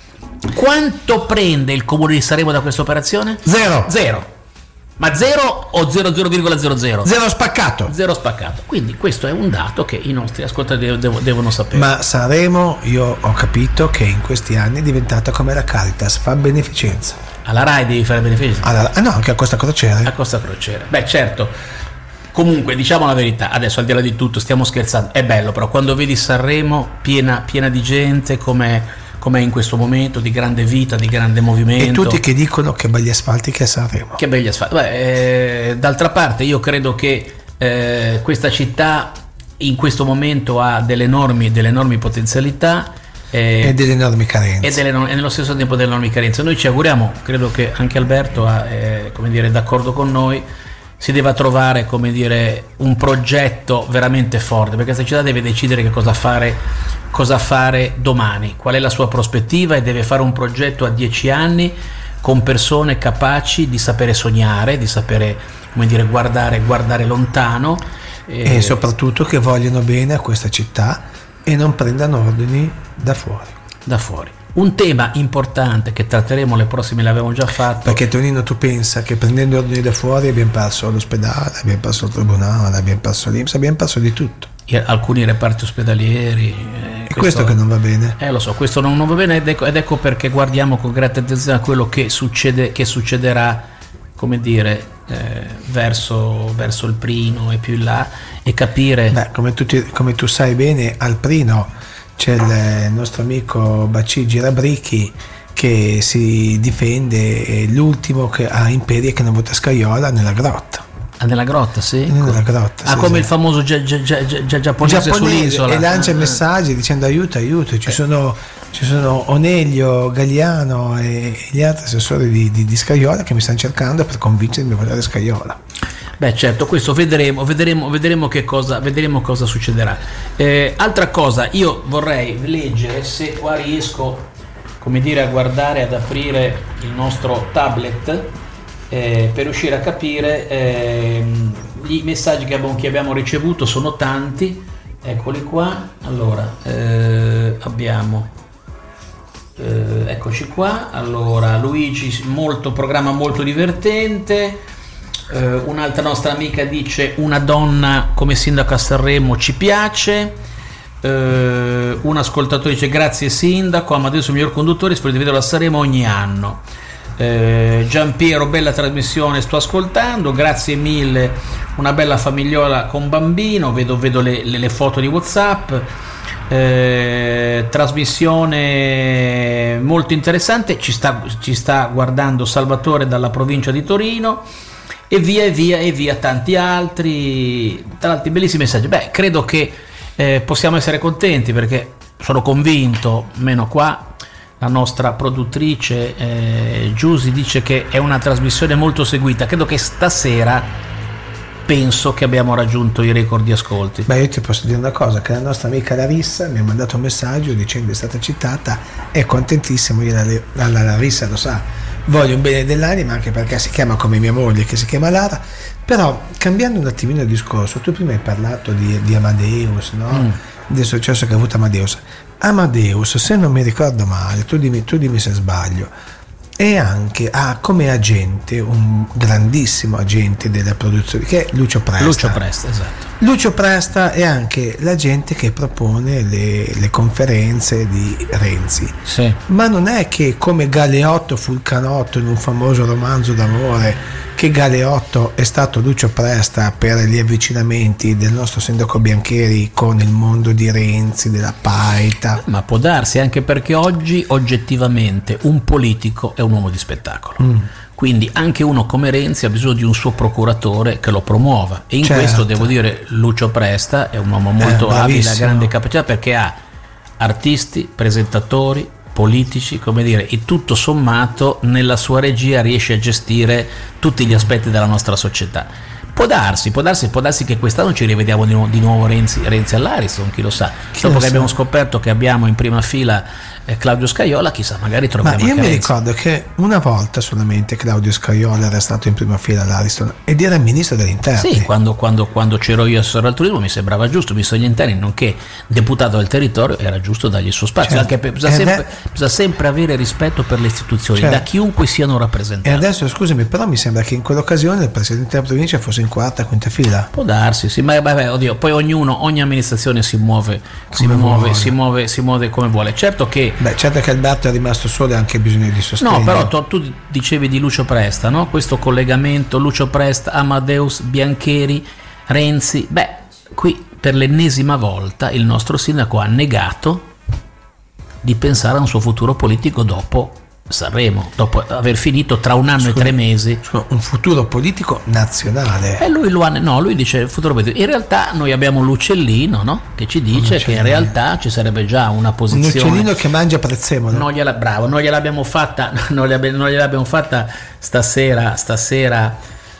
Quanto prende il comune di Sanremo da questa operazione? Zero. Zero. Ma zero o zero virgola zero zero? Zero spaccato. Zero spaccato. Quindi questo è un dato che i nostri ascoltatori dev- devono sapere. Ma Sanremo, io ho capito che in questi anni è diventata come la Caritas, fa beneficenza. Alla Rai devi fare benefici? Alla, ah no, anche a Costa Crociere. A Costa Crociere. Beh, certo. Comunque, diciamo la verità, adesso al di là di tutto, stiamo scherzando. È bello, però quando vedi Sanremo piena, piena di gente, come come in questo momento, di grande vita, di grande movimento. E tutti che dicono che belli asfalti che è Sanremo. Che belli asfalti. Beh, eh, d'altra parte io credo che eh, questa città in questo momento ha delle enormi, delle enormi potenzialità eh, e delle enormi carenze. E, delle, e nello stesso tempo delle enormi carenze. Noi ci auguriamo, credo che anche Alberto è come dire, d'accordo con noi, si deve trovare come dire, un progetto veramente forte, perché questa città deve decidere che cosa fare cosa fare domani, qual è la sua prospettiva, e deve fare un progetto a dieci anni con persone capaci di sapere sognare, di sapere come dire, guardare, guardare lontano e, e soprattutto che vogliono bene a questa città e non prendano ordini da fuori. Da fuori. Un tema importante che tratteremo le prossime, l'avevamo già fatto. Perché Tonino, tu pensa che prendendo ordini da fuori abbiamo perso l'ospedale, abbiamo perso il tribunale, abbiamo perso l'I N P S, abbiamo perso di tutto. Alcuni reparti ospedalieri. Eh, e questo, questo che non va bene. Eh lo so, questo non, non va bene ed ecco, ed ecco perché guardiamo con grande attenzione a quello che succede, che succederà, come dire, eh, verso, verso il Prino e più in là, e capire. Beh, come, tutti, come tu sai bene, al Prino c'è il nostro amico Bacci Girabricchi che si difende, è l'ultimo che ha Imperia che non vota Scaiola nella grotta. Ah, nella grotta, sì? Nella grotta, ah, sì, come sì. il famoso gia, gia, gia, gia, giapponese, giapponese sull'isola. E lancia ah, messaggi dicendo aiuto, aiuto. Ci sono, ci sono Onelio, Galliano e gli altri assessori di, di, di Scaiola che mi stanno cercando per convincermi a votare Scaiola. Beh, certo, questo vedremo, vedremo, vedremo che cosa, vedremo cosa succederà. Eh, altra cosa, io vorrei leggere, se qua riesco, come dire, a guardare, ad aprire il nostro tablet. Eh, per riuscire a capire eh, i messaggi che abbiamo, che abbiamo ricevuto sono tanti, eccoli qua. Allora eh, abbiamo eh, eccoci qua. Allora Luigi, molto programma molto divertente. Eh, un'altra nostra amica dice una donna come sindaco a Sanremo ci piace. Eh, un ascoltatore dice grazie sindaco, Amadeus il miglior conduttore, spero di vederlo a Sanremo ogni anno. Eh, Giampiero, bella trasmissione, sto ascoltando, grazie mille, una bella famigliola con bambino, vedo, vedo le, le, le foto di WhatsApp, eh, trasmissione molto interessante, ci sta, ci sta guardando Salvatore dalla provincia di Torino, e via e via e via tanti altri, tanti bellissimi messaggi. Beh, credo che eh, possiamo essere contenti, perché sono convinto, meno qua la nostra produttrice eh, Giusy dice che è una trasmissione molto seguita. Credo che stasera penso che abbiamo raggiunto i record di ascolti. Beh, io ti posso dire una cosa, che la nostra amica Larissa mi ha mandato un messaggio dicendo che è stata citata, è contentissimo. Io la, la, la Larissa lo sa, voglio un bene dell'anima, anche perché si chiama come mia moglie, che si chiama Lara. Però cambiando un attimino il discorso, tu prima hai parlato di, di Amadeus, no? Mm. Del successo che ha avuto Amadeus. Amadeus, se non mi ricordo male, tu dimmi, tu dimmi se sbaglio, è anche ha come agente un grandissimo agente della produzione, che è Lucio Presta. Lucio Presta, esatto. Lucio Presta è anche l'agente che propone le, le conferenze di Renzi. Sì. Ma non è che come Galeotto fu il canotto in un famoso romanzo d'amore, che Galeotto è stato Lucio Presta per gli avvicinamenti del nostro sindaco Biancheri con il mondo di Renzi, della Paita. Ma può darsi, anche perché oggi oggettivamente un politico è un uomo di spettacolo. Mm. Quindi anche uno come Renzi ha bisogno di un suo procuratore che lo promuova, e in certo. questo devo dire Lucio Presta è un uomo molto eh, abile, ha grande capacità, perché ha artisti, presentatori, politici, come dire, e tutto sommato nella sua regia riesce a gestire tutti gli aspetti della nostra società. Può darsi, può darsi, può darsi che quest'anno ci rivediamo di nuovo, di nuovo Renzi, Renzi all'Ariston, chi lo sa. Chi Dopo lo che sa. abbiamo scoperto che abbiamo in prima fila eh, Claudio Scajola, chissà, magari troviamo Ma io anche mi Renzi. ricordo che una volta solamente Claudio Scajola era stato in prima fila all'Ariston ed era ministro dell'Interno. Sì, quando, quando, quando c'ero io assessore al turismo mi sembrava giusto, ministro degli interni, nonché deputato del territorio, era giusto dargli il suo spazio. Certo. Anche per, bisogna, Ed sempre, è... bisogna sempre avere rispetto per le istituzioni, Certo. da chiunque siano rappresentate. E adesso scusami, però mi sembra che in quell'occasione il presidente della provincia fosse in quarta, quinta fila. Può darsi, sì, ma vabbè, oddio, poi ognuno, ogni amministrazione si muove, si Come muove, vuole. si muove, si muove come vuole. Certo che Beh, certo che Alberto è rimasto solo e ha anche bisogno di sostegno. no, però tu, tu dicevi di Lucio Presta, no? Questo collegamento Lucio Presta, Amadeus, Biancheri, Renzi. Beh, qui per l'ennesima volta il nostro sindaco ha negato di pensare a un suo futuro politico dopo Sanremo, dopo aver finito tra un anno Scusa, e tre mesi. scusa, un futuro politico nazionale. E lui lo ha, no, lui dice futuro politico. In realtà noi abbiamo l'uccellino, no? Che ci dice che in realtà ci sarebbe già una Un posizione. uccellino che mangia prezzemolo. Non gliela, bravo, noi gliel'abbiamo fatta, non gliela- non gliel'abbiamo fatta stasera, stasera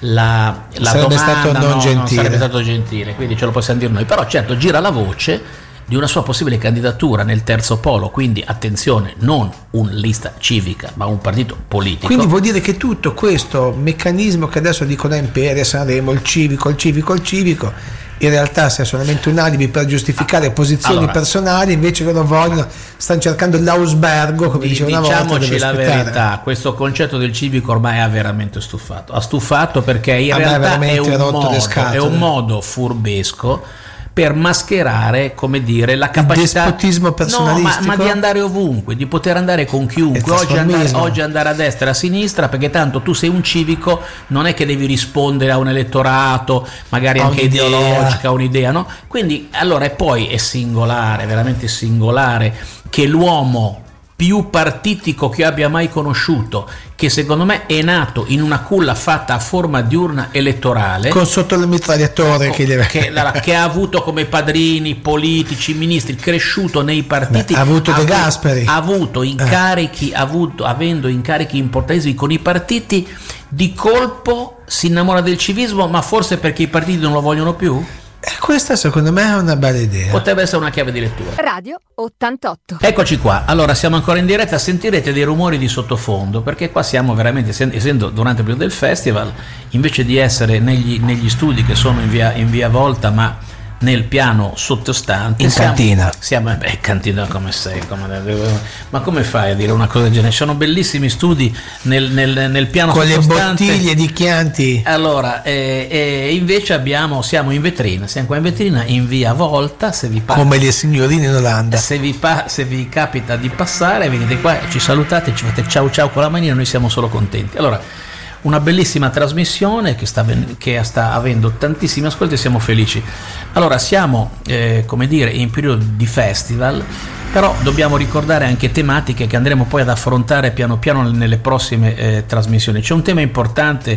la, la Sarebbe domanda, stato non no, non gentile. sarebbe stato gentile, quindi ce lo possiamo dire noi. Però certo gira la voce di una sua possibile candidatura nel terzo polo, quindi attenzione, non un lista civica, ma un partito politico. Quindi vuol dire che tutto questo meccanismo che adesso dicono a Imperia, Sanremo, il civico, il civico, il civico, in realtà sia solamente un alibi per giustificare posizioni allora, personali, invece loro vogliono, stanno cercando l'Ausbergo, come Di- diceva una volta. diciamoci deve la aspettare. verità, questo concetto del civico ormai ha veramente stufato. Ha stufato perché in A me ha realtà è veramente un, rotto le modo, scatole. è un modo furbesco per mascherare, come dire, la capacità despotismo no, personalistico? ma, ma di andare ovunque, di poter andare con chiunque, Il oggi andare, trasformismo. oggi andare a destra e a sinistra, perché tanto tu sei un civico, non è che devi rispondere a un elettorato magari A anche un'idea. ideologica, un'idea, no? Quindi allora e poi è singolare, veramente singolare che l'uomo più partitico che io abbia mai conosciuto, che secondo me è nato in una culla fatta a forma di urna elettorale, Con sotto il mitragliatore che deve... che, che ha avuto come padrini politici, ministri, cresciuto nei partiti, Beh, ha avuto De avu- Gasperi. ha avuto incarichi, ha avuto, avendo incarichi importantissimi con i partiti, di colpo si innamora del civismo, ma forse perché i partiti non lo vogliono più? E questa secondo me è una bella idea. Potrebbe essere una chiave di lettura. Radio ottantotto. Eccoci qua, allora siamo ancora in diretta, sentirete dei rumori di sottofondo perché qua siamo veramente, essendo durante il periodo del festival, invece di essere negli, negli studi che sono in via, in via Volta, ma nel piano sottostante, In siamo, cantina. siamo, beh, cantina come sei, come, ma come fai a dire una cosa del genere? Ci sono bellissimi studi nel, nel, nel piano Con le sottostante. bottiglie di Chianti. Allora, eh, eh, invece abbiamo, siamo in vetrina, siamo qua in vetrina in via Volta, se vi passa. Come le signorine in Olanda. Se vi, pa- se vi capita di passare, venite qua, ci salutate, ci fate ciao ciao con la manina, noi siamo solo contenti. Allora, una bellissima trasmissione che sta, ven- che sta avendo tantissimi ascolti e siamo felici. Allora, siamo, eh, come dire, in periodo di festival, però dobbiamo ricordare anche tematiche che andremo poi ad affrontare piano piano nelle prossime eh, trasmissioni. C'è un tema importante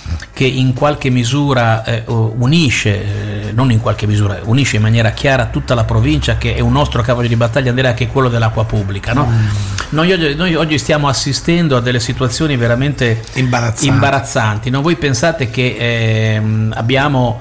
che in qualche misura eh, unisce, eh, non in qualche misura, unisce in maniera chiara tutta la provincia, che è un nostro cavallo di battaglia, Andrea, che è quello dell'acqua pubblica, no? Mm. Noi, oggi, noi oggi stiamo assistendo a delle situazioni veramente imbarazzanti, imbarazzanti no? Voi pensate che eh, abbiamo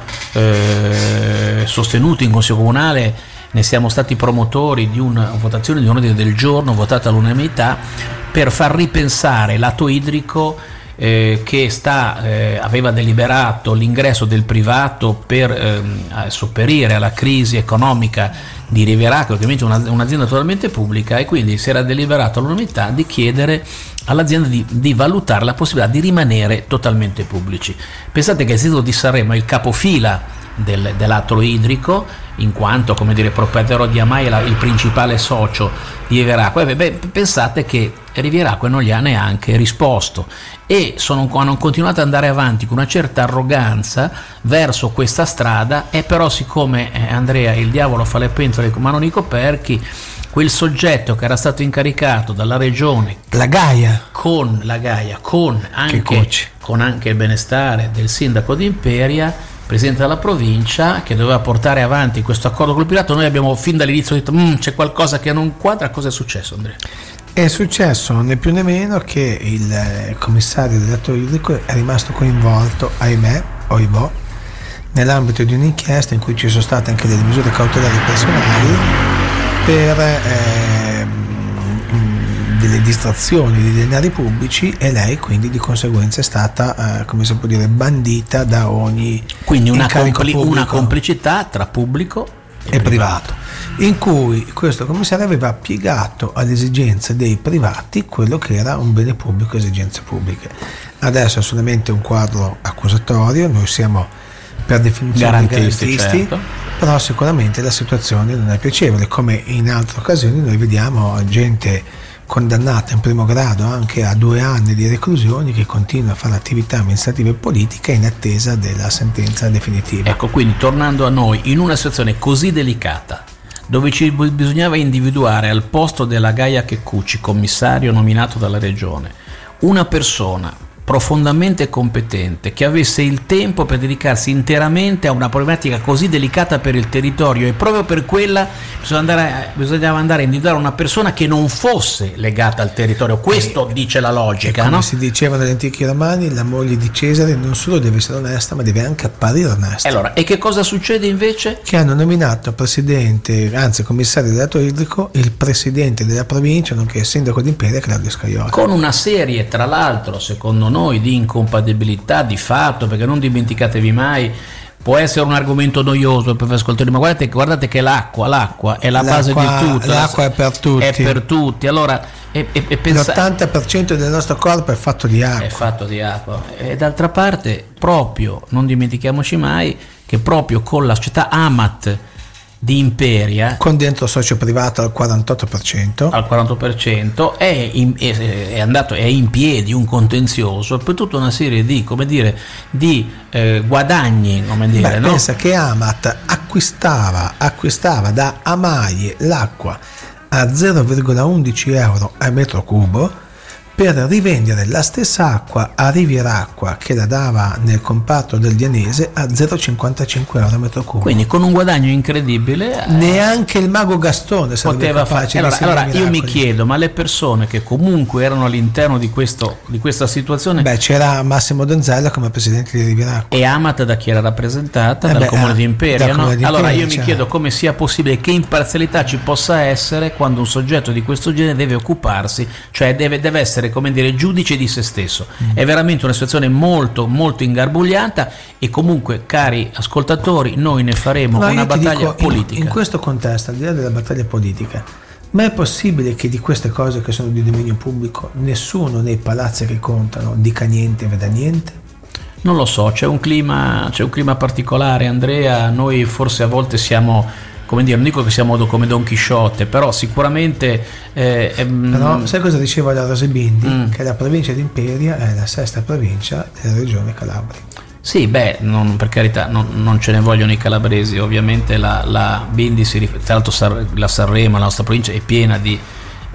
eh, sostenuto in Consiglio Comunale, ne siamo stati promotori di una votazione di un ordine del giorno votata all'unanimità per far ripensare lato idrico, eh, che sta, eh, aveva deliberato l'ingresso del privato per eh, sopperire alla crisi economica di Riveracqua, ovviamente una, un'azienda totalmente pubblica, e quindi si era deliberato all'unanimità di chiedere all'azienda di, di valutare la possibilità di rimanere totalmente pubblici. Pensate che il sito di Sanremo è il capofila del, dell'atto idrico, in quanto, come dire, proprietario di Amai è la, il principale socio di Riveracqua. E beh, pensate che Riveracqua non gli ha neanche risposto, e sono, hanno continuato ad andare avanti con una certa arroganza verso questa strada. E però, siccome eh, Andrea, il diavolo fa le pentole con mano nei coperchi, quel soggetto che era stato incaricato dalla regione, la Gaia, con la Gaia, con anche, con anche il benestare del sindaco di Imperia, presidente della provincia, che doveva portare avanti questo accordo col privato, noi abbiamo fin dall'inizio detto mmm, c'è qualcosa che non quadra. Cosa è successo, Andrea? È successo né più né meno che il commissario dell'atto idrico è rimasto coinvolto, ahimè, oibò, nell'ambito di un'inchiesta in cui ci sono state anche delle misure cautelari personali per eh, delle distrazioni di denari pubblici, e lei quindi di conseguenza è stata, eh, come si può dire, bandita da ogni quindi una, compli- pubblico, una complicità tra pubblico e, e privato. privato, in cui questo commissario aveva piegato alle esigenze dei privati quello che era un bene pubblico, esigenze pubbliche. Adesso è solamente un quadro accusatorio, noi siamo per definizione garantisti, garantisti certo. Però sicuramente la situazione non è piacevole, come in altre occasioni noi vediamo gente condannata in primo grado anche a due anni di reclusione che continua a fare attività amministrativa e politica in attesa della sentenza definitiva. Ecco, quindi tornando a noi, in una situazione così delicata, dove ci bisognava individuare al posto della Gaia Checcucci, commissario nominato dalla regione, una persona profondamente competente, che avesse il tempo per dedicarsi interamente a una problematica così delicata per il territorio, e proprio per quella bisognava andare, bisognava andare a individuare una persona che non fosse legata al territorio. Questo e, dice la logica, come no? si diceva negli antichi romani, la moglie di Cesare non solo deve essere onesta, ma deve anche apparire onesta. Allora, e che cosa succede invece? Che hanno nominato presidente, anzi commissario dell'atto idrico, il presidente della provincia, nonché il sindaco di Imperia, Claudio Scajola, con una serie, tra l'altro, secondo noi, di incompatibilità di fatto, perché non dimenticatevi mai, può essere un argomento noioso per gli ascoltatori, ma guardate, guardate che l'acqua, l'acqua è la l'acqua, base di tutto. L'acqua è per tutti. È per tutti. Allora, e, e, e pensa- l'ottanta per cento del nostro corpo è fatto di acqua. È fatto di acqua. E d'altra parte, proprio, non dimentichiamoci mai, che proprio con la società Amat di Imperia, con dentro socio privato al quarantotto per cento, al quaranta per cento è, in, è, è andato è in piedi un contenzioso per tutta una serie di, come dire, di eh, guadagni, come dire. Beh, no? Pensa che Amat acquistava acquistava da Amaie l'acqua a zero virgola undici euro al metro cubo per rivendere la stessa acqua a Riveracqua, che la dava nel comparto del Dianese a zero virgola cinquantacinque euro al metro cubo. Quindi con un guadagno incredibile. Neanche il mago Gastone poteva fare. Allora, allora io mi chiedo, ma le persone che comunque erano all'interno di questo di questa situazione. Beh, c'era Massimo Donzella come presidente di Riveracqua. E Amat da chi era rappresentata? Eh dal beh, comune di Imperia, no? Di allora Imperia, io cioè. mi chiedo come sia possibile, che imparzialità ci possa essere quando un soggetto di questo genere deve occuparsi, cioè deve, deve essere, come dire, giudice di se stesso. Mm. È veramente una situazione molto molto ingarbugliata, e comunque, cari ascoltatori, noi ne faremo no, una battaglia dico, politica. In, in questo contesto, al di là della battaglia politica, ma è possibile che di queste cose che sono di dominio pubblico nessuno nei palazzi che contano dica niente e veda niente? Non lo so, c'è un clima, c'è un clima particolare, Andrea. Noi forse a volte siamo, come dire, non dico che siamo come Don Chisciotte, però sicuramente eh, però sai cosa diceva la Rose Bindi? Mm. Che la provincia di Imperia è la sesta provincia della regione Calabria. Sì, beh, non, per carità, non, non ce ne vogliono i calabresi, ovviamente la, la Bindi si rifer- tra l'altro Sar- la Sanremo, la nostra provincia è piena di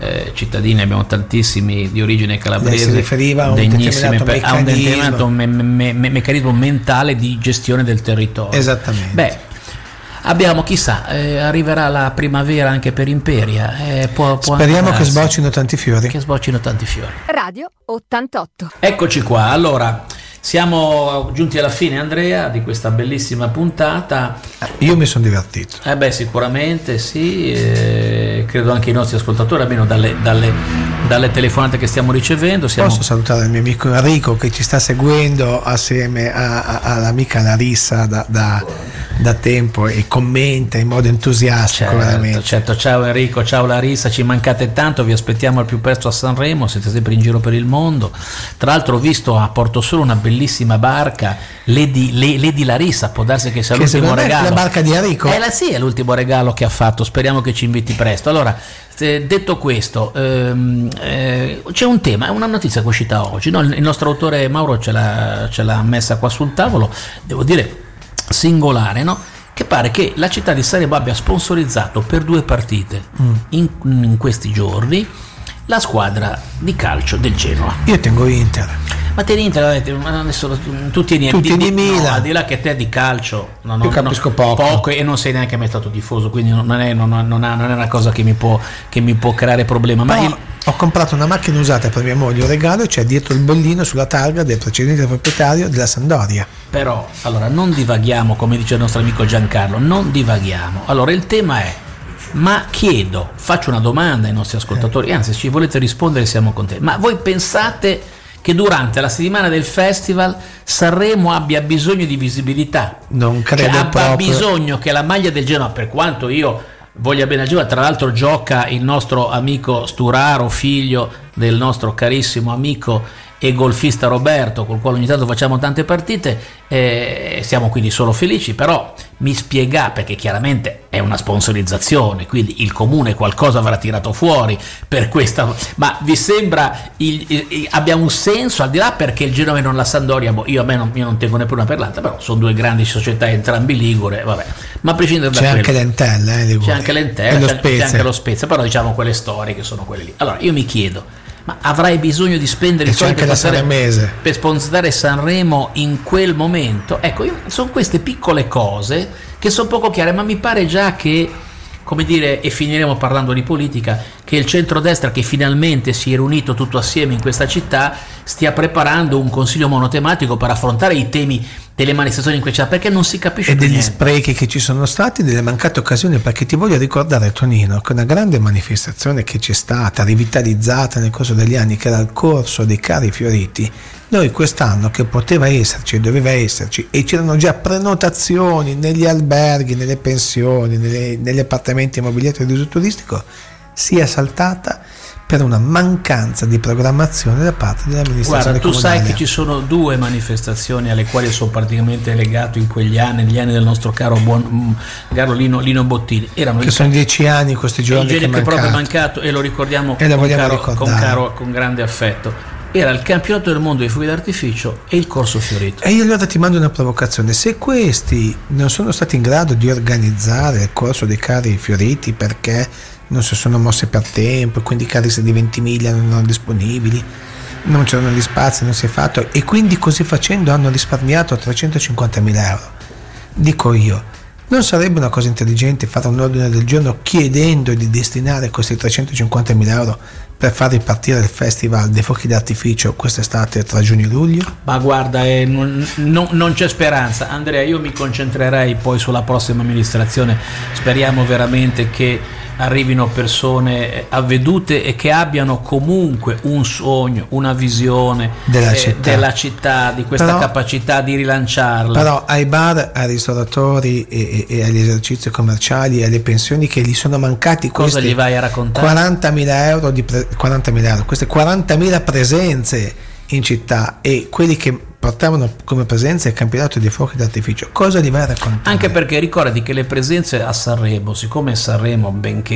eh, cittadini, abbiamo tantissimi di origine calabrese, si riferiva a un degnissimi determinato per, a un meccanismo. determinato me, me, me, meccanismo mentale di gestione del territorio. Esattamente. Beh, abbiamo, chissà, eh, arriverà la primavera anche per Imperia. Eh, può, può Speriamo che darsi. sboccino tanti fiori. Che sboccino tanti fiori. Radio ottantotto. Eccoci qua, allora siamo giunti alla fine, Andrea, di questa bellissima puntata. Io mi sono divertito. Eh beh, sicuramente sì, eh, credo anche i nostri ascoltatori, almeno dalle, dalle, dalle telefonate che stiamo ricevendo. Siamo... Posso salutare il mio amico Enrico che ci sta seguendo assieme a, a, all'amica Larissa da, da, da tempo e commenta in modo entusiastico. Certo, veramente. certo, ciao Enrico, ciao Larissa, ci mancate tanto, vi aspettiamo al più presto a Sanremo, siete sempre in giro per il mondo. Tra l'altro ho visto a Portosolo una bellissima barca, Lady, Lady Larissa, può darsi che sia Che l'ultimo secondo me è regalo. la barca di Enrico. Eh, la, sì, è l'ultimo regalo che ha fatto, speriamo che ci inviti presto. Allora, eh, detto questo, ehm, eh, c'è un tema, è una notizia che è uscita oggi, no? Il, il nostro autore Mauro ce l'ha, ce l'ha messa qua sul tavolo, devo dire singolare, no? Che pare che la città di Sanremo abbia sponsorizzato per due partite mm. in, in questi giorni la squadra di calcio del Genoa. Io tengo Inter. Ma te Inter, adesso tu tieni, tu tieni di, Milan. No, al di là che te di calcio non, Io non, capisco non, poco. poco e non sei neanche mai stato tifoso, quindi non è, non, non, ha, non è una cosa che mi può, che mi può creare problema. Ma No, il, ho comprato una macchina usata per mia moglie, un regalo, c'è dietro il bollino sulla targa del precedente proprietario della Sampdoria. però, allora, non divaghiamo, come dice il nostro amico Giancarlo, non divaghiamo. Allora, il tema è, ma chiedo, faccio una domanda ai nostri ascoltatori, anzi, se ci volete rispondere siamo contenti, ma voi pensate che durante la settimana del festival Sanremo abbia bisogno di visibilità? Non credo cioè, abbia proprio. bisogno che la maglia del Genoa, per quanto io voglia bene al Genoa, tra l'altro gioca il nostro amico Sturaro, figlio del nostro carissimo amico e golfista Roberto, col quale ogni tanto facciamo tante partite, eh, siamo quindi solo felici, però mi spiega, perché chiaramente è una sponsorizzazione, quindi il comune qualcosa avrà tirato fuori per questa, ma vi sembra il, il, il, abbia un senso, al di là perché il Genoa e non la Sampdoria, boh, io a me non, io non tengo neppure una perlata, però sono due grandi società, entrambi ligure, vabbè, ma a prescindere da c'è quello, anche l'Entella, eh, c'è anche l'Entella, lo c'è, Spezia. c'è anche lo Spezia, però diciamo quelle storie che sono quelle lì. Allora io mi chiedo, ma avrai bisogno di spendere E i c'è soldi anche per, la stare- Sanremese. per sponsorizzare Sanremo in quel momento? Ecco, io, sono queste piccole cose che sono poco chiare, ma mi pare già che, come dire, e finiremo parlando di politica, che il centrodestra, che finalmente si è riunito tutto assieme in questa città, stia preparando un consiglio monotematico per affrontare i temi delle manifestazioni in questa città, perché non si capisce E più degli niente. sprechi che ci sono stati, delle mancate occasioni, perché ti voglio ricordare, Tonino, che una grande manifestazione che c'è stata, rivitalizzata nel corso degli anni, che era il corso dei Cari Fioriti, noi quest'anno, che poteva esserci, doveva esserci, e c'erano già prenotazioni negli alberghi, nelle pensioni, nelle, negli appartamenti immobiliari di uso turistico, sia saltata per una mancanza di programmazione da parte dell'amministrazione Guarda, tu comunale. sai che ci sono due manifestazioni alle quali sono praticamente legato in quegli anni, negli anni del nostro caro buon caro Lino, Lino Bottini. Erano che i- sono dieci anni questi giorni il che è genere che proprio è mancato. mancato, e lo ricordiamo E lo con, vogliamo caro, ricordare. con, caro, con grande affetto. Era il campionato del mondo dei fuochi d'artificio e il corso fiorito. E io allora ti mando una provocazione: se questi non sono stati in grado di organizzare il corso dei Cari Fioriti perché non si sono mossi per tempo, e quindi i carri di ventimila non erano disponibili, non c'erano gli spazi, non si è fatto, e quindi così facendo hanno risparmiato trecentocinquantamila euro, dico io, non sarebbe una cosa intelligente fare un ordine del giorno chiedendo di destinare questi trecentocinquantamila euro per far ripartire il festival dei fuochi d'artificio quest'estate tra giugno e luglio? Ma guarda, eh, non, non- non c'è speranza. Andrea, io mi concentrerei poi sulla prossima amministrazione. Speriamo veramente che arrivino persone avvedute e che abbiano comunque un sogno, una visione Della eh, città. della città, di questa Però- capacità di rilanciarla. Però ai bar, ai ristoratori e, e- e agli esercizi commerciali e alle pensioni che gli sono mancati Cosa questi gli vai a raccontare? quarantamila euro di pre- quarantamila euro, queste quarantamila presenze in città, e quelli che portavano come presenze il campionato di fuochi d'artificio, cosa gli vai a raccontare? Anche perché ricordati che le presenze a Sanremo, siccome Sanremo, benché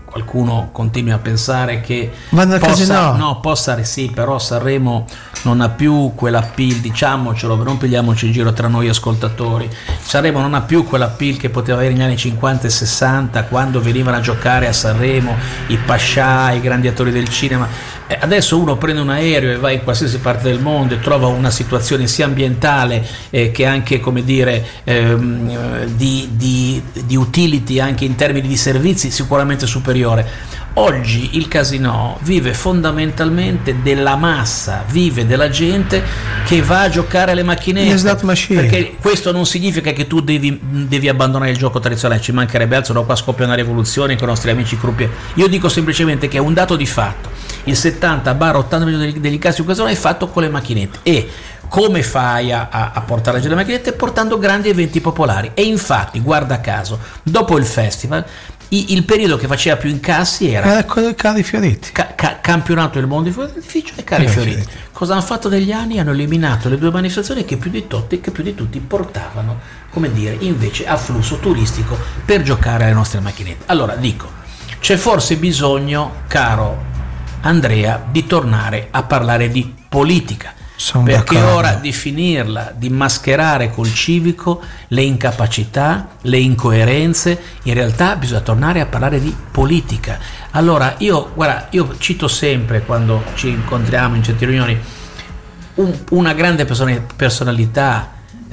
qualcuno continui a pensare che Vanno al possa, casino. no, possa, sì, però Sanremo non ha più quell'appeal, diciamocelo, non pigliamoci in giro tra noi ascoltatori. Sanremo non ha più quell'appeal che poteva avere negli anni cinquanta e sessanta, quando venivano a giocare a Sanremo i pascià, i grandi attori del cinema. Eh, adesso uno prende un aereo e va in qualsiasi parte del mondo e trova una situazione sia ambientale eh, che anche, come dire, ehm, di, di, di utility, anche in termini di servizi, sicuramente superiore. Oggi il casino vive fondamentalmente della massa, vive della gente che va a giocare alle macchinette. Le slot machine. Perché questo non significa che tu devi, devi abbandonare il gioco tradizionale, ci mancherebbe altro, no? Qua scoppia una rivoluzione con i nostri amici croupier. Io dico semplicemente che è un dato di fatto: il settanta ottanta milioni degli, degli casi di casino è fatto con le macchinette. E come fai a, a, a portare la gente alle macchinette? Portando grandi eventi popolari. E infatti, guarda caso, dopo il festival, il periodo che faceva più incassi era, era quello dei carri fioriti, ca- ca- campionato del mondo di fuorificio e carri fioriti. fioriti. Cosa hanno fatto negli anni? Hanno eliminato le due manifestazioni che più di tutti, che più di tutti portavano, come dire, invece afflusso turistico per giocare alle nostre macchinette. Allora dico, c'è forse bisogno, caro Andrea, di tornare a parlare di politica. Sono perché è d'accordo. ora di finirla, di mascherare col civico le incapacità, le incoerenze. In realtà bisogna tornare a parlare di politica. Allora io, guarda, io cito sempre, quando ci incontriamo in certe riunioni, un, una grande person- personalità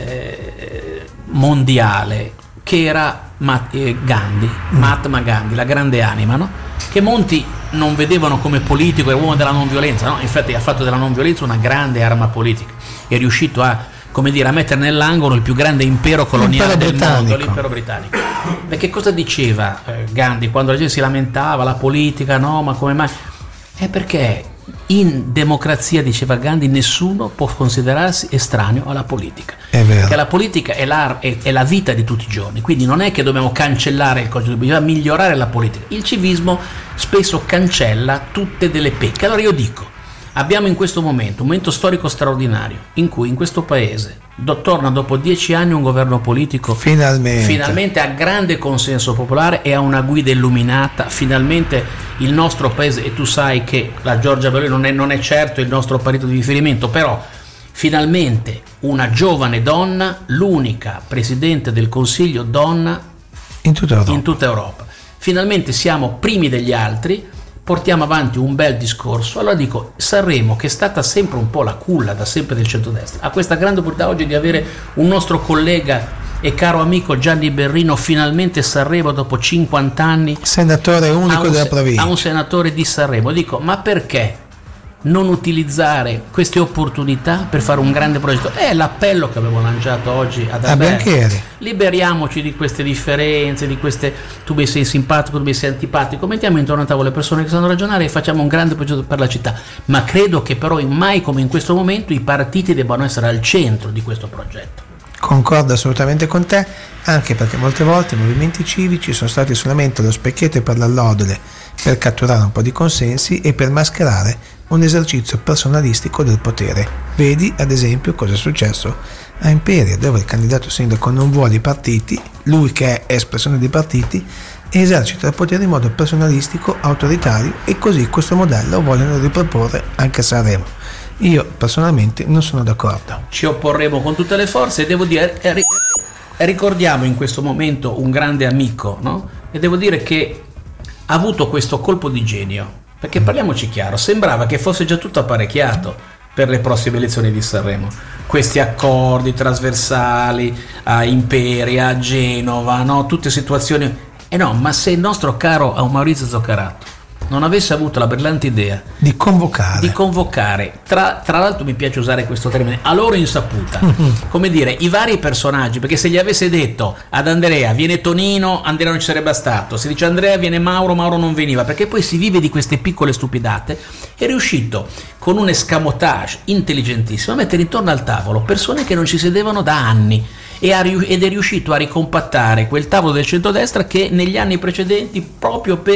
eh, mondiale che era Mat- eh, Gandhi, mm. Mahatma Gandhi, la grande anima, no? Che molti non vedevano come politico e uomo della non violenza, no? Infatti ha fatto della non violenza una grande arma politica, è riuscito a, come dire, a mettere nell'angolo il più grande impero coloniale L'impero del britannico. mondo, l'impero britannico. Perché cosa diceva eh, Gandhi quando la gente si lamentava, la politica, no, ma come mai? È perché in democrazia, diceva Gandhi, nessuno può considerarsi estraneo alla politica. È vero. Perché la politica è la, è, è la vita di tutti i giorni, quindi non è che dobbiamo cancellare il codice, bisogna migliorare la politica. Il civismo spesso cancella tutte delle pecche. Allora io dico, abbiamo in questo momento un momento storico straordinario in cui in questo paese do, torna dopo dieci anni un governo politico finalmente. finalmente ha grande consenso popolare e ha una guida illuminata. Finalmente il nostro paese, e tu sai che la Giorgia Meloni non è, non è certo il nostro partito di riferimento, però finalmente una giovane donna, l'unica presidente del Consiglio donna in tutta Europa. in tutta Europa. Finalmente siamo primi degli altri, portiamo avanti un bel discorso. Allora dico, Sanremo, che è stata sempre un po' la culla da sempre del centrodestra, ha questa grande opportunità oggi di avere un nostro collega e caro amico Gianni Berrino, finalmente Sanremo dopo cinquanta anni, senatore unico un, della provincia, a un senatore di Sanremo. Dico, ma perché non utilizzare queste opportunità per fare un grande progetto? È l'appello che avevo lanciato oggi ad a Alberto. Biancheri. Liberiamoci di queste differenze, di queste tu mi sei simpatico, tu mi sei antipatico, mettiamo intorno a tavola le persone che sanno ragionare e facciamo un grande progetto per la città. Ma credo che però mai come in questo momento i partiti debbano essere al centro di questo progetto. Concordo assolutamente con te, anche perché molte volte i movimenti civici sono stati solamente lo specchietto per l'allodole, per catturare un po' di consensi e per mascherare un esercizio personalistico del potere. Vedi ad esempio cosa è successo a Imperia, dove il candidato sindaco non vuole i partiti, lui che è espressione dei partiti, esercita il potere in modo personalistico, autoritario, e così questo modello vogliono riproporre anche a Sanremo. Io personalmente non sono d'accordo. Ci opporremo con tutte le forze e devo dire, eh, ricordiamo in questo momento un grande amico, no? E devo dire che ha avuto questo colpo di genio, perché parliamoci chiaro, sembrava che fosse già tutto apparecchiato per le prossime elezioni di Sanremo. Questi accordi trasversali a Imperia, a Genova, no? Tutte situazioni. E no, ma se il nostro caro Maurizio Zoccarato non avesse avuto la brillante idea di convocare, di convocare tra, tra l'altro mi piace usare questo termine, a loro insaputa, come dire, i vari personaggi, perché se gli avesse detto ad Andrea viene Tonino, Andrea non ci sarebbe stato, se dice Andrea viene Mauro, Mauro non veniva, perché poi si vive di queste piccole stupidate. È riuscito con un escamotage intelligentissimo a mettere intorno al tavolo persone che non ci sedevano da anni e ha, ed è riuscito a ricompattare quel tavolo del centrodestra che negli anni precedenti, proprio per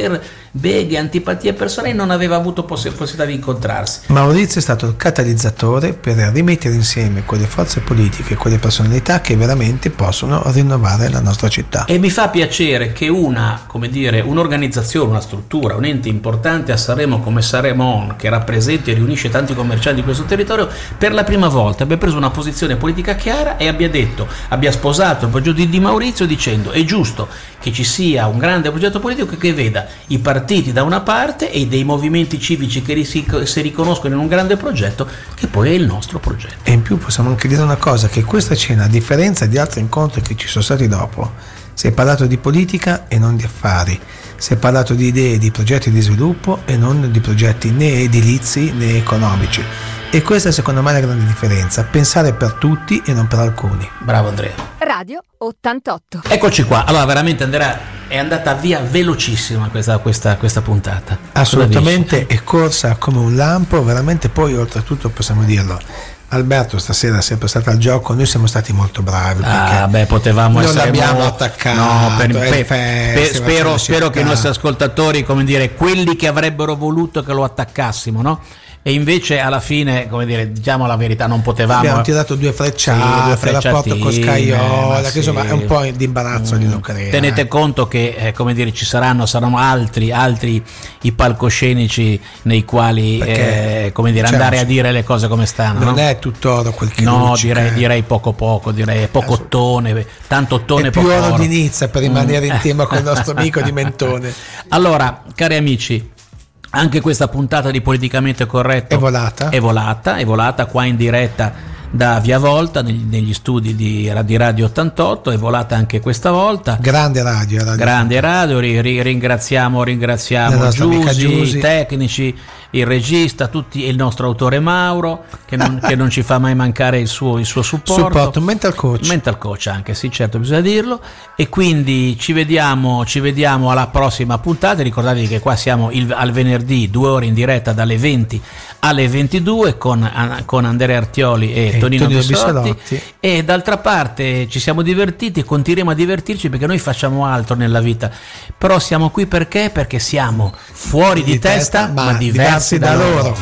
beghe, antipatie personali, non aveva avuto poss- possibilità di incontrarsi. Maurizio è stato il catalizzatore per rimettere insieme quelle forze politiche, quelle personalità che veramente possono rinnovare la nostra città. E mi fa piacere che una, come dire, un'organizzazione, una struttura, un ente importante a Sanremo come Sanremo On, che rappresenta e riunisce tanti commercianti di questo territorio, per la prima volta abbia preso una posizione politica chiara e abbia detto, abbia sposato il progetto di Maurizio dicendo è giusto che ci sia un grande progetto politico che veda i partiti da una parte e dei movimenti civici che si, si riconoscono in un grande progetto che poi è il nostro progetto. E in più possiamo anche dire una cosa, che questa cena, a differenza di altri incontri che ci sono stati dopo, si è parlato di politica e non di affari, si è parlato di idee, di progetti di sviluppo e non di progetti né edilizi né economici. E questa secondo me è la grande differenza, pensare per tutti e non per alcuni. Bravo Andrea. Radio ottantotto. Eccoci qua, allora veramente Andrea è andata via velocissima questa, questa, questa puntata. Assolutamente, è corsa come un lampo, veramente. Poi oltretutto possiamo dirlo, Alberto stasera è sempre stato al gioco, noi siamo stati molto bravi. Ah, beh, potevamo non essere l'abbiamo mo- attaccato. No, per, per, per, festival, per, spero, spero che i nostri città. ascoltatori, come dire, quelli che avrebbero voluto che lo attaccassimo, no? E invece alla fine, come dire, diciamo la verità, non potevamo. Abbiamo tirato due frecciate, sì, due il rapporto con Scaiola, che sì. insomma è un po' di imbarazzo mm. di non crea. Tenete conto che eh, come dire, ci saranno, saranno altri, altri i palcoscenici nei quali Perché, eh, come dire, diciamo, andare a dire le cose come stanno. Non no? è tutt'oro quel che No, luccica, direi, eh. direi poco poco, direi poco ottone, tanto ottone è più poco oro oro. di Nizza per rimanere Mm. in tema con il nostro amico di Mentone. Allora, cari amici, anche questa puntata di Politicamente Corretto È volata? È volata, è volata qua in diretta da Via Volta, negli, negli studi di, di Radio ottantotto, è volata anche questa volta. Grande radio, radio. Grande radio, ri, ri, ringraziamo, La ringraziamo nostra amica Giusi, Giusi. i tecnici, il regista, tutti, e il nostro autore Mauro, che non, che non ci fa mai mancare il suo, il suo supporto. Supporto, un mental coach. Mental coach anche, sì, certo, bisogna dirlo. E quindi ci vediamo, ci vediamo alla prossima puntata. Ricordatevi che qua siamo il, al venerdì, due ore in diretta dalle venti alle ventidue con, con Andrea Artioli e, E Tonino Tonino Bissolotti. Bissolotti. E d'altra parte ci siamo divertiti e continueremo a divertirci perché noi facciamo altro nella vita. Però siamo qui perché? Perché siamo fuori di, Di testa, testa, ma ma diversi diversi da da loro. loro.